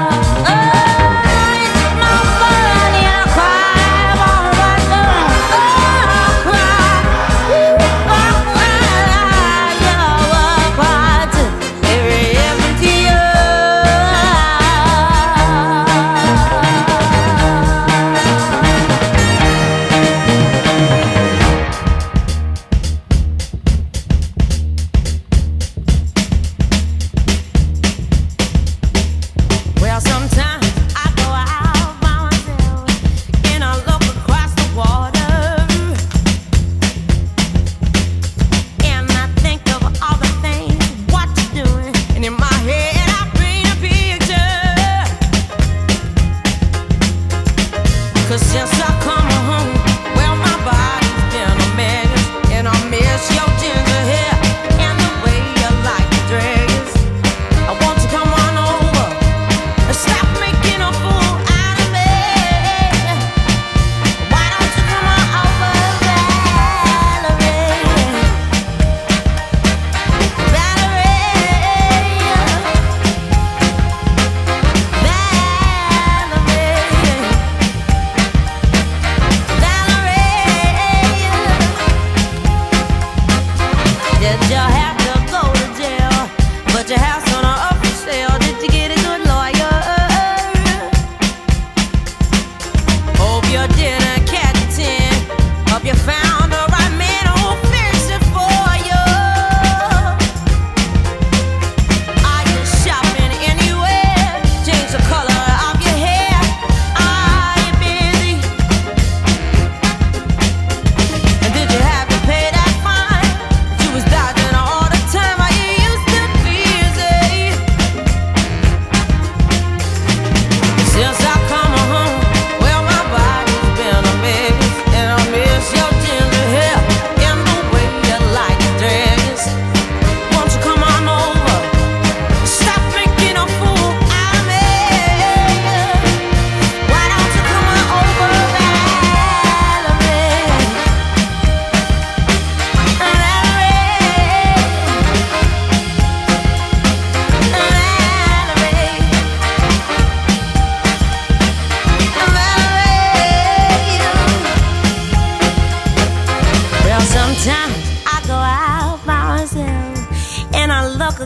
Oh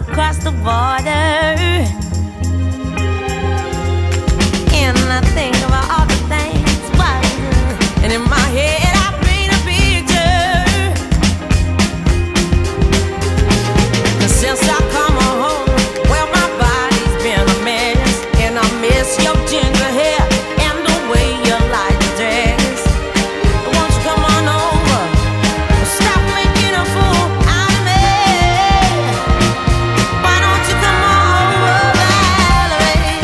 across the border. And I think about all the things, and in my head I paint a picture. Since I come home, well my body's been a mess, and I miss your ginger hair and the way you like to dress. Won't you come on over? Stop making a fool out of me. Why don't you come on over, Valerie?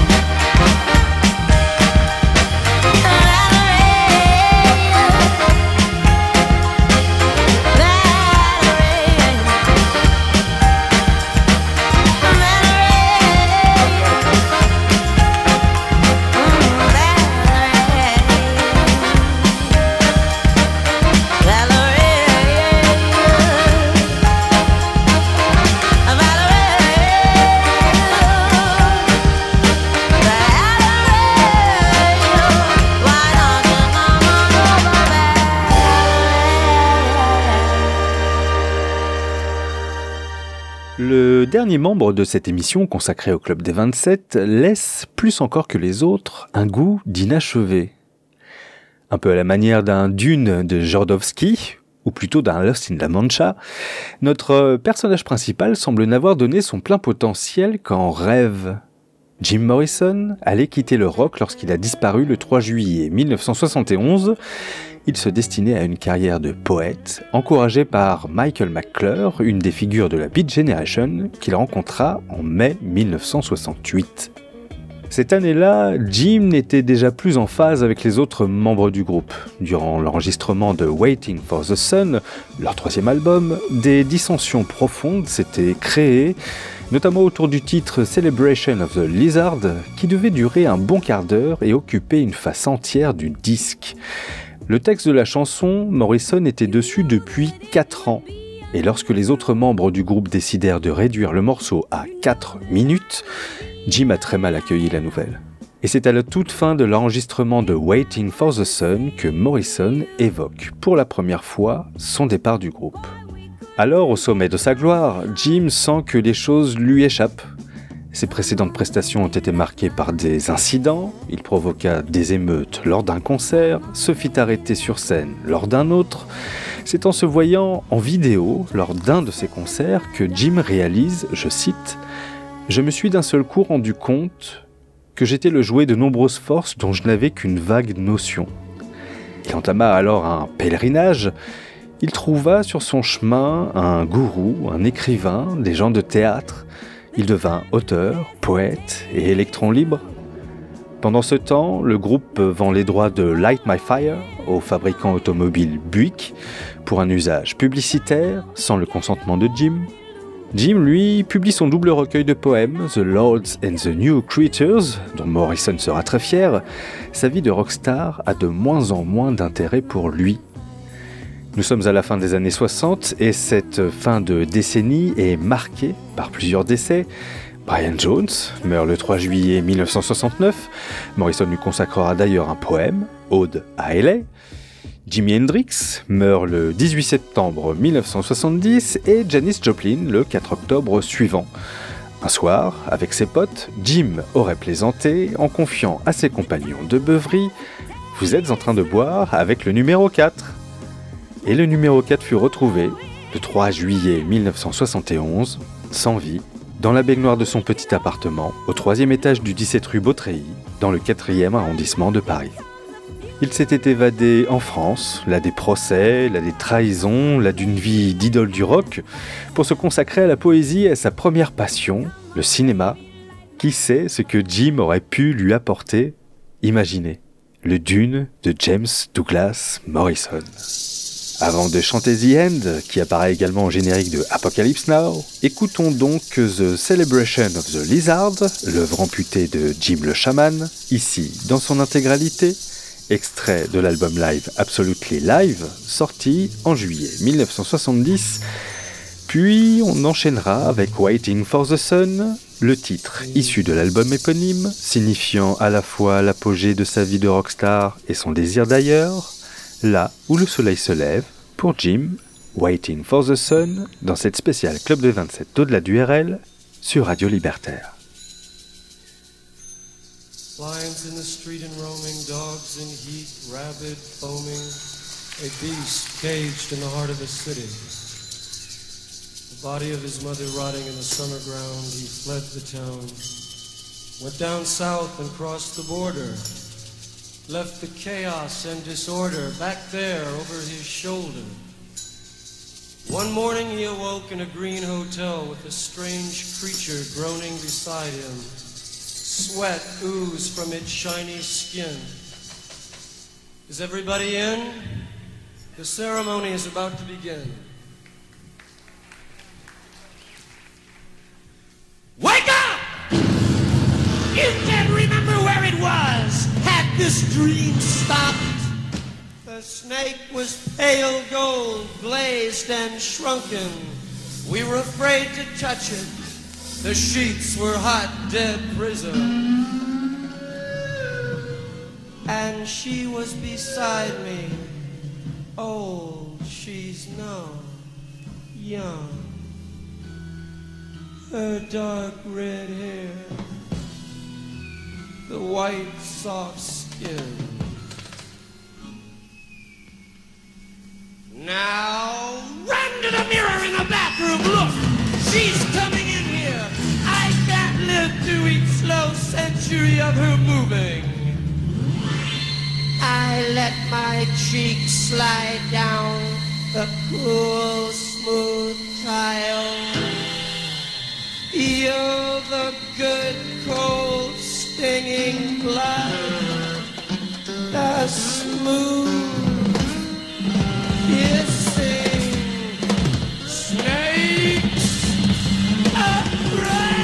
Le dernier membre de cette émission consacrée au Club des 27 laisse, plus encore que les autres, un goût d'inachevé. Un peu à la manière d'un Dune de Jodorowsky, ou plutôt d'un Lost in La Mancha, notre personnage principal semble n'avoir donné son plein potentiel qu'en rêve. Jim Morrison allait quitter le rock lorsqu'il a disparu le 3 juillet 1971. Il se destinait à une carrière de poète, encouragé par Michael McClure, une des figures de la Beat Generation, qu'il rencontra en mai 1968. Cette année-là, Jim n'était déjà plus en phase avec les autres membres du groupe. Durant l'enregistrement de Waiting for the Sun, leur troisième album, des dissensions profondes s'étaient créées, notamment autour du titre Celebration of the Lizard, qui devait durer un bon quart d'heure et occuper une face entière du disque. Le texte de la chanson, Morrison était dessus depuis 4 ans. Et lorsque les autres membres du groupe décidèrent de réduire le morceau à 4 minutes, Jim a très mal accueilli la nouvelle. Et c'est à la toute fin de l'enregistrement de Waiting for the Sun que Morrison évoque pour la première fois son départ du groupe. Alors, au sommet de sa gloire, Jim sent que les choses lui échappent. Ses précédentes prestations ont été marquées par des incidents, il provoqua des émeutes lors d'un concert, se fit arrêter sur scène lors d'un autre. C'est en se voyant en vidéo lors d'un de ses concerts que Jim réalise, je cite, « Je me suis d'un seul coup rendu compte que j'étais le jouet de nombreuses forces dont je n'avais qu'une vague notion. » Il entama alors un pèlerinage. Il trouva sur son chemin un gourou, un écrivain, des gens de théâtre. Il devint auteur, poète et électron libre. Pendant ce temps, le groupe vend les droits de Light My Fire au fabricant automobile Buick pour un usage publicitaire sans le consentement de Jim. Jim, lui, publie son double recueil de poèmes, The Lords and the New Creatures, dont Morrison sera très fier. Sa vie de rockstar a de moins en moins d'intérêt pour lui. Nous sommes à la fin des années 60 et cette fin de décennie est marquée par plusieurs décès. Brian Jones meurt le 3 juillet 1969. Morrison lui consacrera d'ailleurs un poème, Ode à LA. Jimi Hendrix meurt le 18 septembre 1970 et Janis Joplin le 4 octobre suivant. Un soir, avec ses potes, Jim aurait plaisanté en confiant à ses compagnons de beuverie « Vous êtes en train de boire avec le numéro 4 ». Et le numéro 4 fut retrouvé, le 3 juillet 1971, sans vie, dans la baignoire de son petit appartement, au 3e étage du 17 rue Beautreilly, dans le 4e arrondissement de Paris. Il s'était évadé en France, là des procès, là des trahisons, là d'une vie d'idole du rock, pour se consacrer à la poésie et à sa première passion, le cinéma. Qui sait ce que Jim aurait pu lui apporter? Imaginez, le Dune de James Douglas Morrison. Avant de chanter The End, qui apparaît également au générique de Apocalypse Now, écoutons donc The Celebration of the Lizard, l'œuvre amputée de Jim le Shaman, ici dans son intégralité, extrait de l'album live Absolutely Live, sorti en juillet 1970, puis on enchaînera avec Waiting for the Sun, le titre issu de l'album éponyme, signifiant à la fois l'apogée de sa vie de rockstar et son désir d'ailleurs, là où le soleil se lève, pour Jim, Waiting for the Sun, dans cette spéciale Club de 27 d'au-delà du RL, sur Radio Libertaire. Lions in the street and roaming, dogs in heat, rabid, foaming, a beast caged in the heart of a city. The body of his mother rotting in the summer ground, he fled the town, went down south and crossed the border, left the chaos and disorder back there over his shoulder. One morning he awoke in a green hotel with a strange creature groaning beside him. Sweat oozed from its shiny skin. Is everybody in? The ceremony is about to begin. Wake up! You can't remember where it was. Had this dream stopped? The snake was pale gold, glazed and shrunken. We were afraid to touch it. The sheets were hot, dead prison. And she was beside me. Old, she's no young. Her dark red hair, the white soft skin. Now run to the mirror in the bathroom. Look, she's coming in here. I can't live to each slow century of her moving. I let my cheek slide down the cool, smooth tile. Feel the good, cold, stinging blood. The smooth, hissing snakes afraid.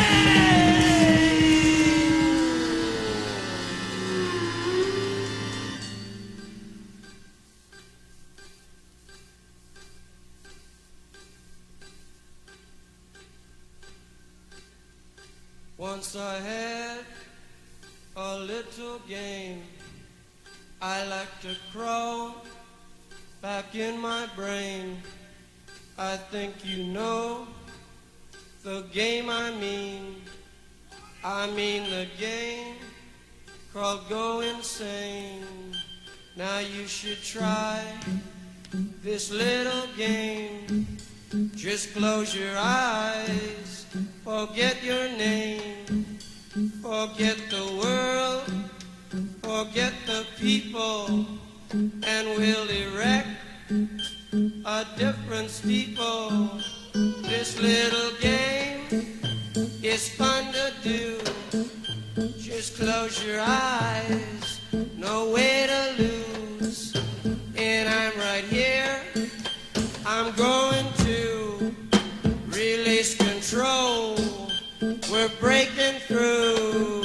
Once I had a little game. I like to crawl back in my brain. I think you know the game I mean. I mean the game called Go Insane. Now you should try this little game. Just close your eyes, forget your name, forget the world, forget the people, and we'll erect a different steeple. This little game is fun to do. Just close your eyes, no way to lose. And I'm right here, I'm going to release control. We're breaking through.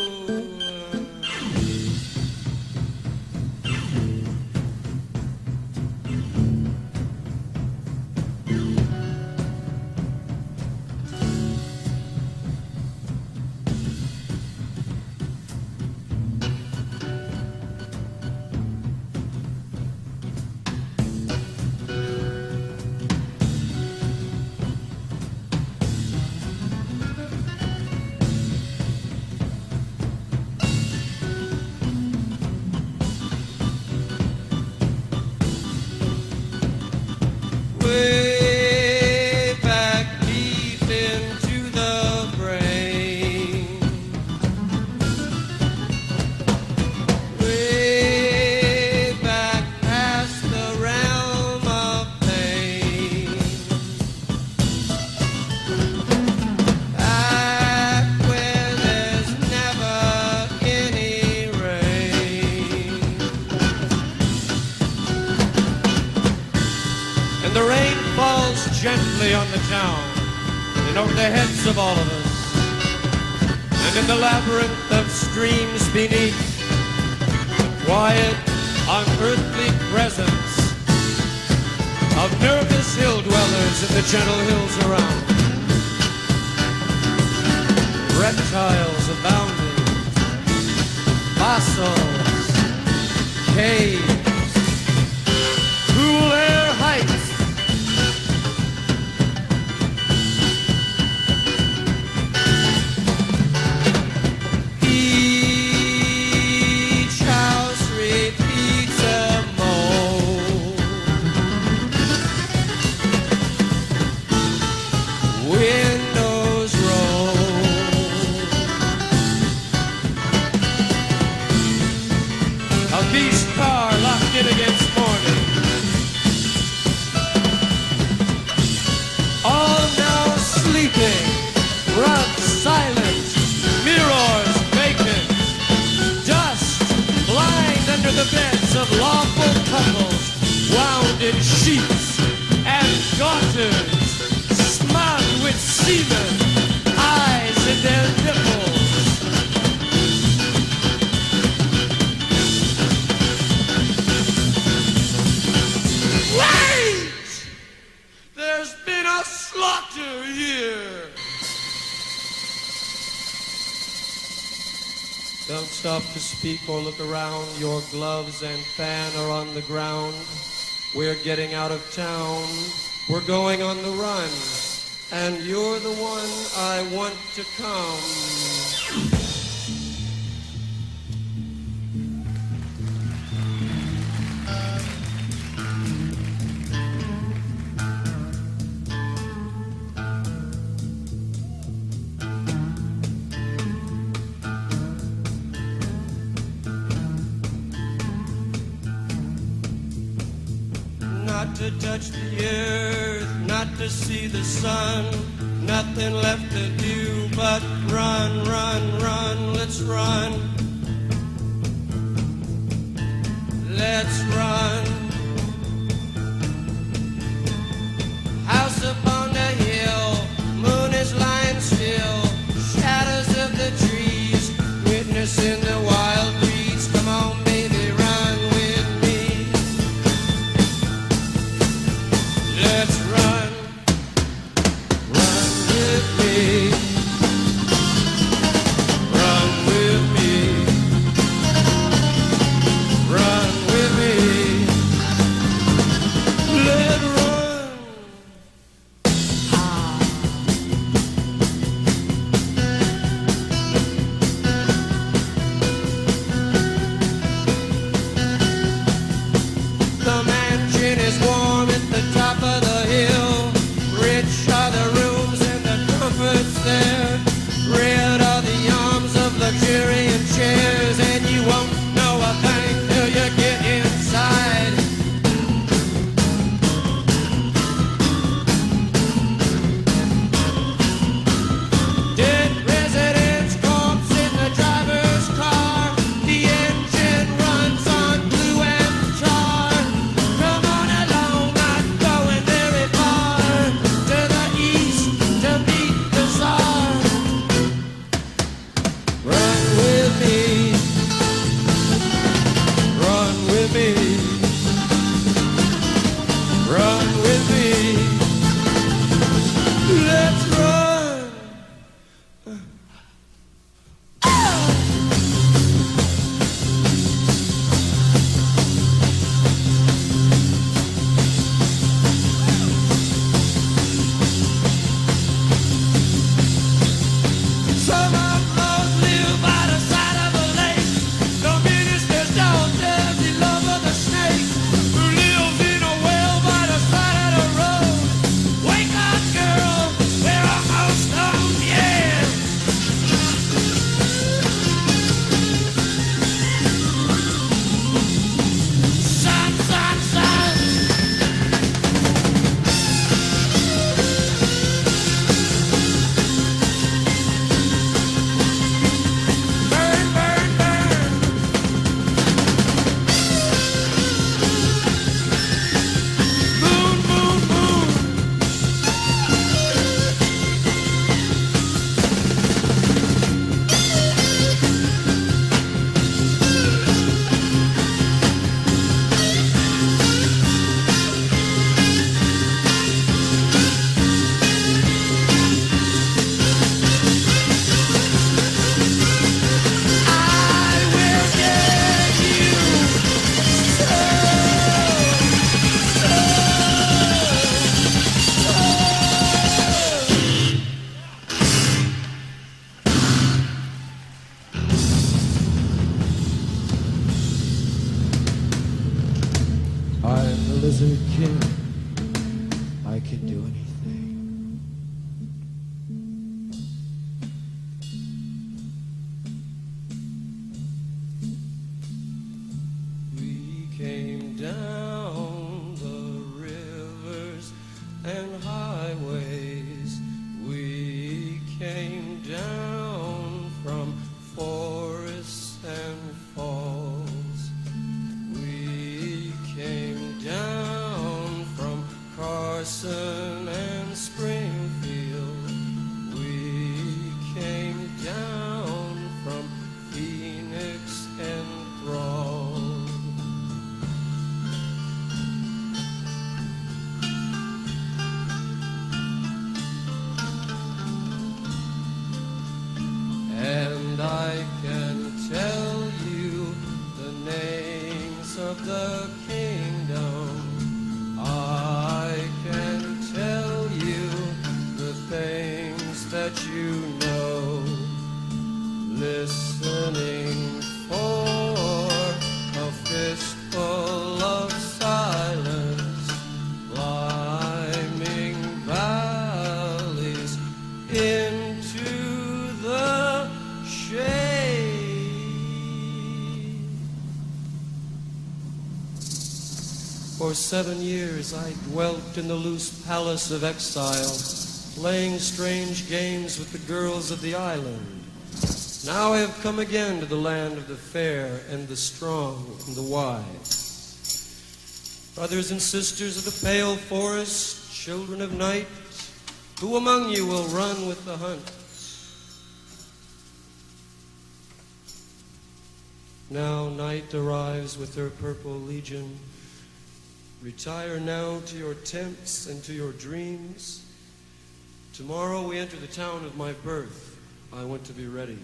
Way back deep into the brain. Way back past the realm of pain. Back where there's never any rain. And the rain falls gently on the town and over the heads of all of us. And in the labyrinth of streams beneath, the quiet, unearthly presence of nervous hill dwellers in the gentle hills around. Reptiles abounding, fossils, caves, cool air heights. Don't stop to speak or look around. Your gloves and fan are on the ground. We're getting out of town. We're going on the run. And you're the one I want to come. Not to touch the earth, not to see the sun, nothing left to do but run, run, run, let's run. Let's run. House upon the hill, moon is lying still, shadows of the trees, witnessing the wild breeze. Come on, baby, run with me. Let's run, run with me, run with me, run with me. Let's run. The mansion is warm at the top of the hill. Rich are the rooms and the comforts there. Red are the arms of luxuriant chairs. And you won't know a thing till you get inside. Dead residents, corpse in the driver's car. The engine runs on glue and tar. Come on along, not going very far. To the east to meet the Tsar. Run with me, run with me, run with me. Let's run. Some outlaws live by the side of a lake. The minister's daughters, he love of the snake. Who lives in a well by the side of the road. Wake up, girl, we're almost home, yeah. Sun, sun, sun. Burn, burn, burn. Moon, moon, moon. I will get you I'm the Lizard King. I can do anything. We came down the rivers and highways. We came down from forests and falls. We came down listening for a fistful of silence, climbing valleys into the shade. For 7 years I dwelt in the loose palace of exile, playing strange games with the girls of the island. Now I have come again to the land of the fair and the strong and the wise. Brothers and sisters of the pale forest, children of night, who among you will run with the hunt? Now night arrives with her purple legion. Retire now to your tents and to your dreams. Tomorrow we enter the town of my birth. I want to be ready.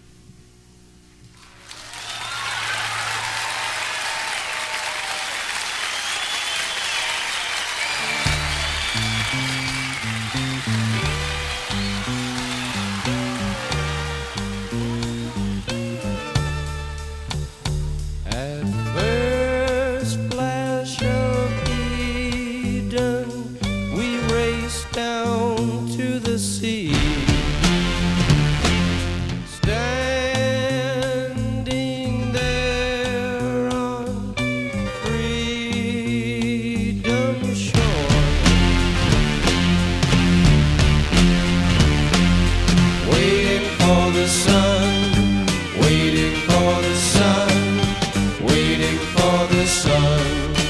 At first flash of Eden, we raced down to the sea. Standing there on freedom's shore, waiting for the sun, waiting for the sun, waiting for the sun.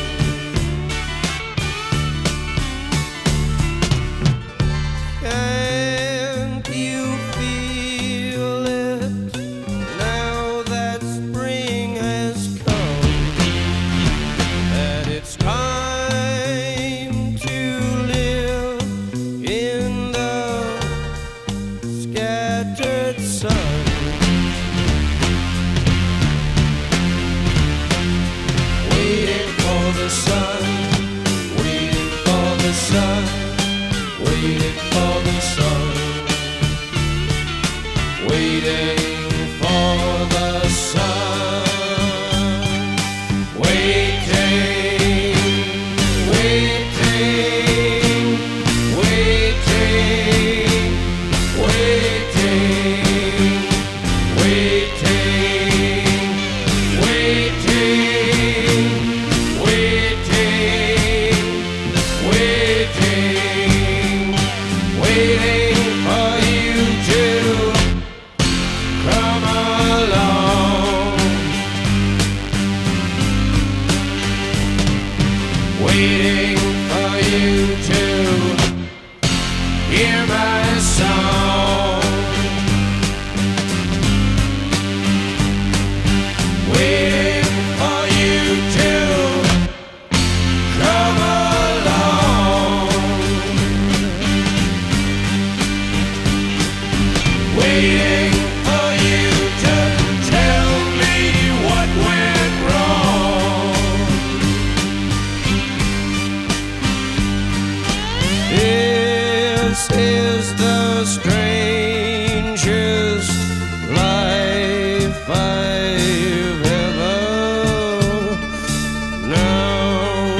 Can't you feel it now that spring has come? That it's time to live in the scattered sun. Waiting for the sun, waiting for the sun, waiting for the sun, waiting for the sun, waiting, waiting, waiting, waiting, waiting, waiting, waiting, waiting for you to come along. Waiting for you to hear my song. Waiting for you to come along. Waiting for you to tell me what went wrong. This is the strangest life I've ever known.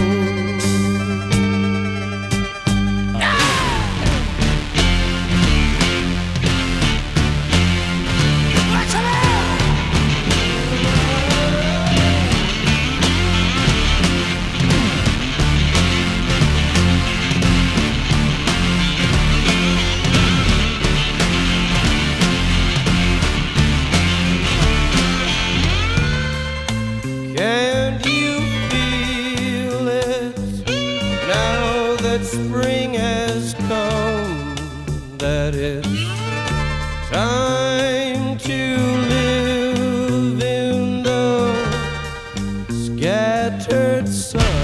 Can't you feel it now that spring has come? That it's time to live in the scattered sun.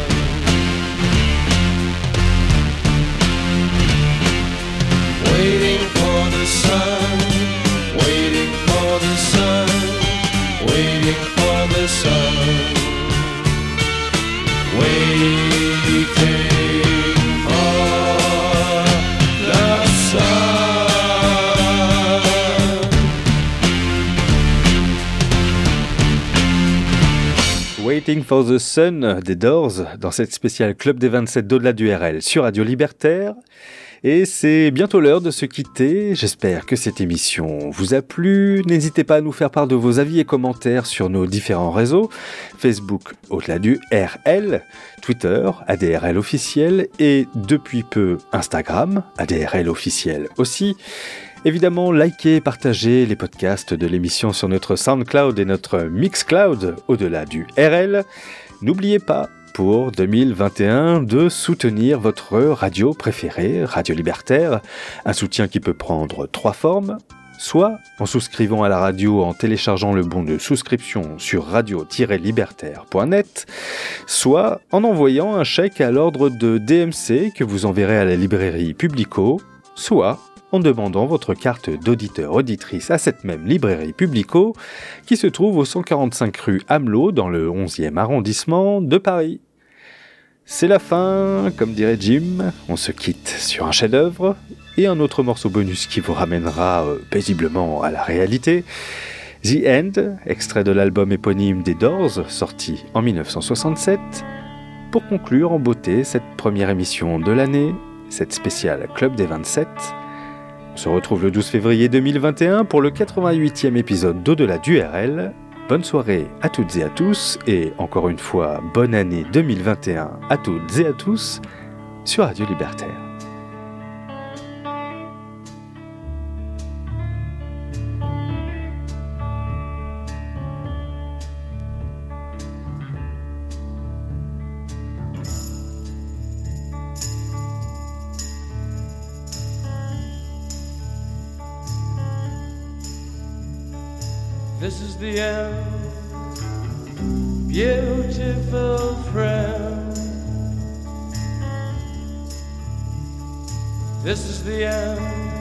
Waiting for the sun, waiting for the sun, waiting for the sun, waiting for the sun. Waiting for the Sun des Doors dans cette spéciale Club des 27 d'au-delà du RL sur Radio Libertaire. Et c'est bientôt l'heure de se quitter. J'espère que cette émission vous a plu. N'hésitez pas à nous faire part de vos avis et commentaires sur nos différents réseaux. Facebook au-delà du RL, Twitter, ADRL officiel et depuis peu Instagram, ADRL officiel aussi. Évidemment, likez et partagez les podcasts de l'émission sur notre SoundCloud et notre Mixcloud au-delà du RL. N'oubliez pas, pour 2021, de soutenir votre radio préférée, Radio Libertaire, un soutien qui peut prendre 3 formes, soit en souscrivant à la radio en téléchargeant le bon de souscription sur radio-libertaire.net, soit en envoyant un chèque à l'ordre de DMC que vous enverrez à la librairie Publico, soit en demandant votre carte d'auditeur-auditrice à cette même librairie Publico qui se trouve au 145 rue Amelot dans le 11e arrondissement de Paris. C'est la fin, comme dirait Jim, on se quitte sur un chef-d'œuvre et un autre morceau bonus qui vous ramènera paisiblement à la réalité. The End, extrait de l'album éponyme des Doors, sorti en 1967, pour conclure en beauté cette première émission de l'année, cette spéciale Club des 27. On se retrouve le 12 février 2021 pour le 88e épisode d'Au-delà du RL. Bonne soirée à toutes et à tous, et encore une fois, bonne année 2021 à toutes et à tous sur Radio Libertaire. This is the end, beautiful friend. This is the end,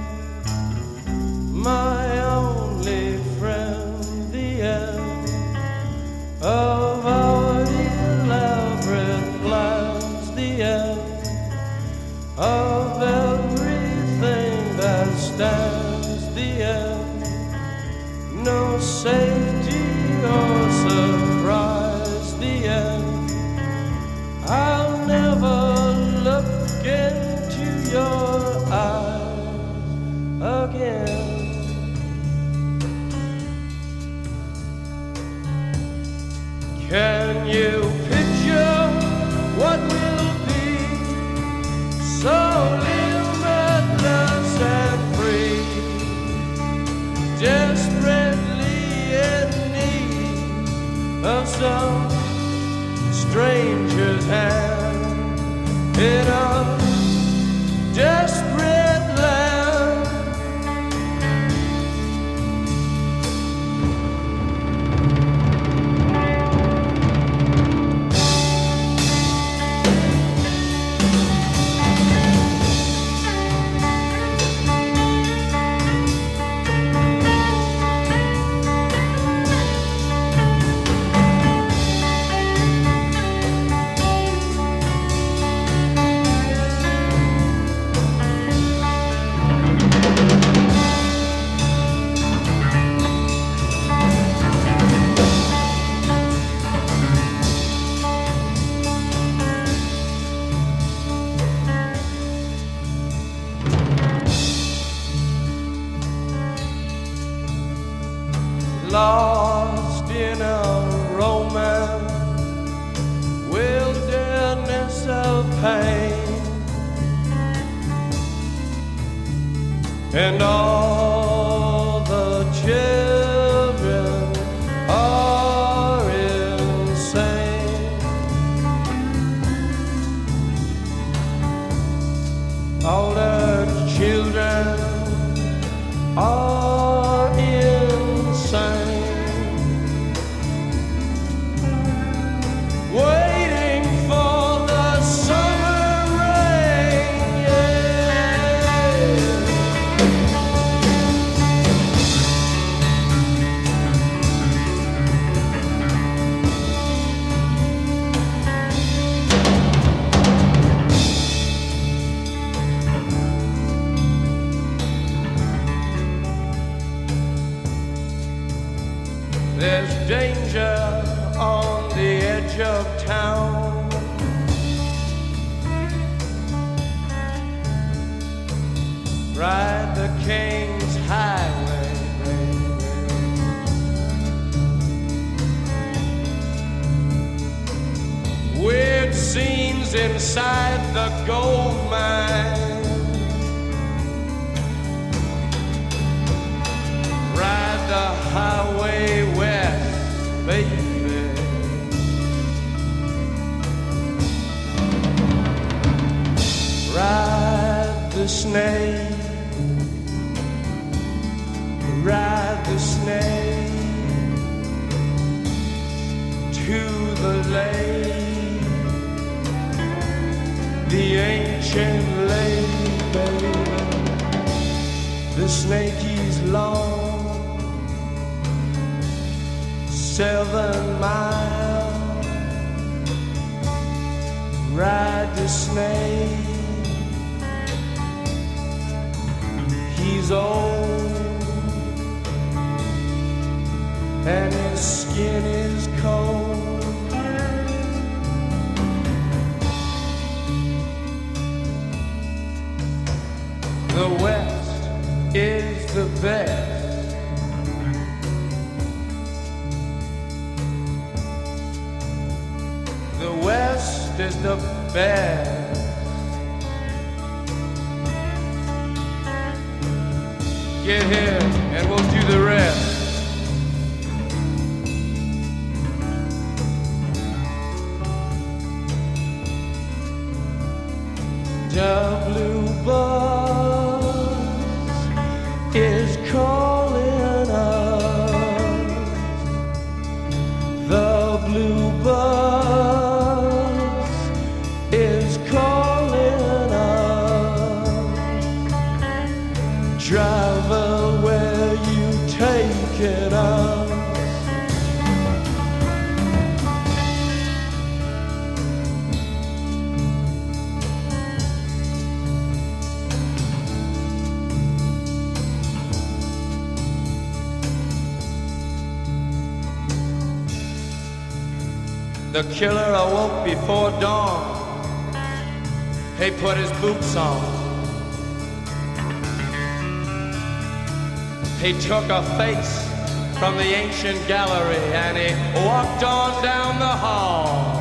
my only friend. The end of our elaborate plans. The end of everything that stands. The end. No safety or surprise, the end. I'll never look into your eyes again. Can you picture what will be so limitless and free? Desperately in need of some stranger's hand in a desperate land. Lost in a romance, wilderness of pain, and all the children are insane. All the children are insane. Waiting for the summer rain, There's danger on the edge edge of town. Ride the King's Highway, baby. Weird scenes inside the gold mine. Ride the highway west, baby. Ride the snake. Ride the snake to the lake, the ancient lake, baby. The snake is long, 7 miles. Ride the snake, he's old and his skin is cold. The West is the best. The West is the best. Get here and we'll do the rest. The blue bus is calling us. The blue bus is calling us. Driver, where you taking us? The killer awoke before dawn. He put his boots on. He took a face from the ancient gallery and he walked on down the hall.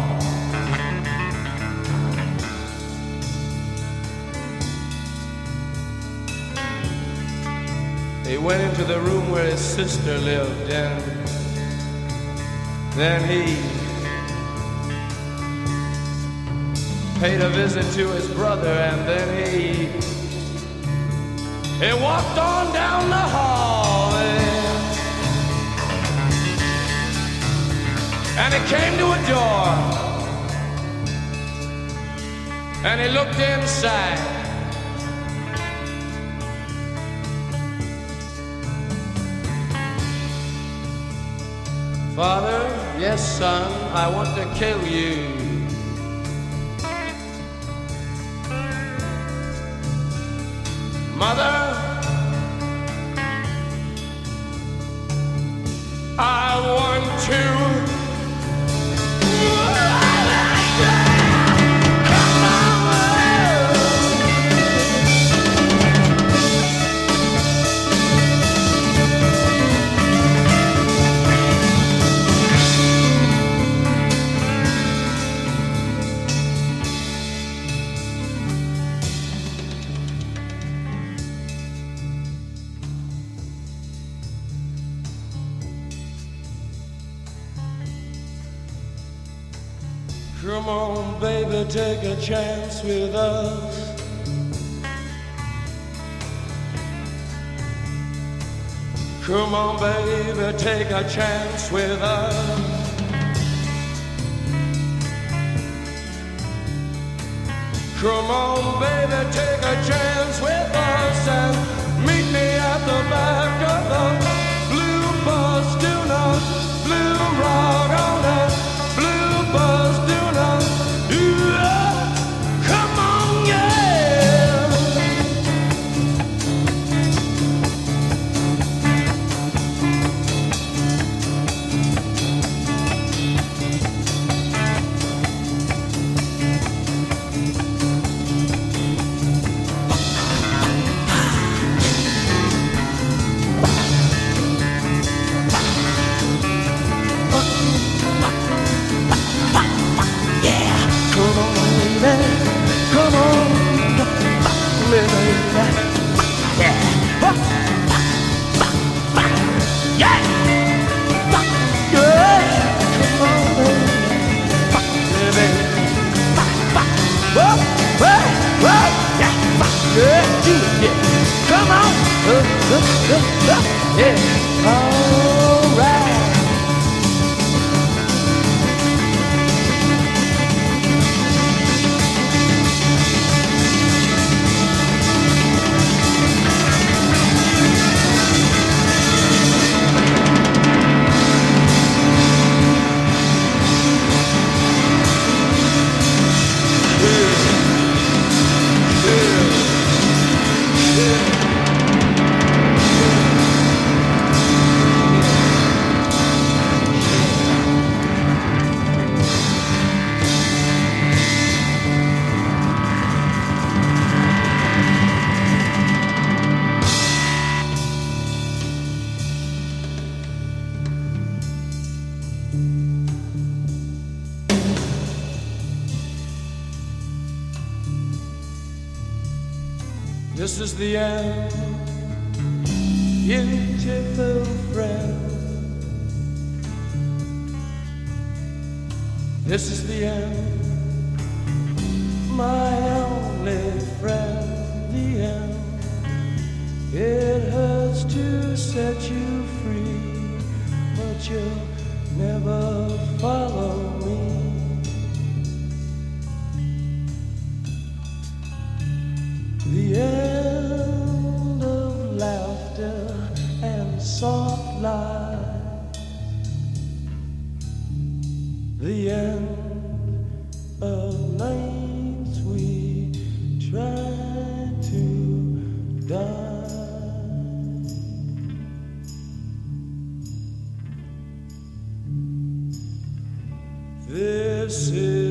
He went into the room where his sister lived and then he paid a visit to his brother, and then he walked on down the hall, and he came to a door, and he looked inside. Father, yes, son, I want to kill you. Mother, I want to. Come on, baby, take a chance with us. Come on, baby, take a chance with us. Come on, baby, take a chance with us and meet me at the back of the blue bus. Do not blue rock on that blue bus. Do not. Come on, yeah. Yeah! Fuck, yeah! Come on, baby. Fuck, baby. Fuck, fuck. Whoa, whoa, whoa. Yeah, fuck, yeah, do it, yeah. Come on. Yeah. All right. This is the end, beautiful friend. This is the end, my only friend. The end. It hurts to set you free, but you'll never follow me. The end of laughter and soft lies. The end of nights we try to die. This is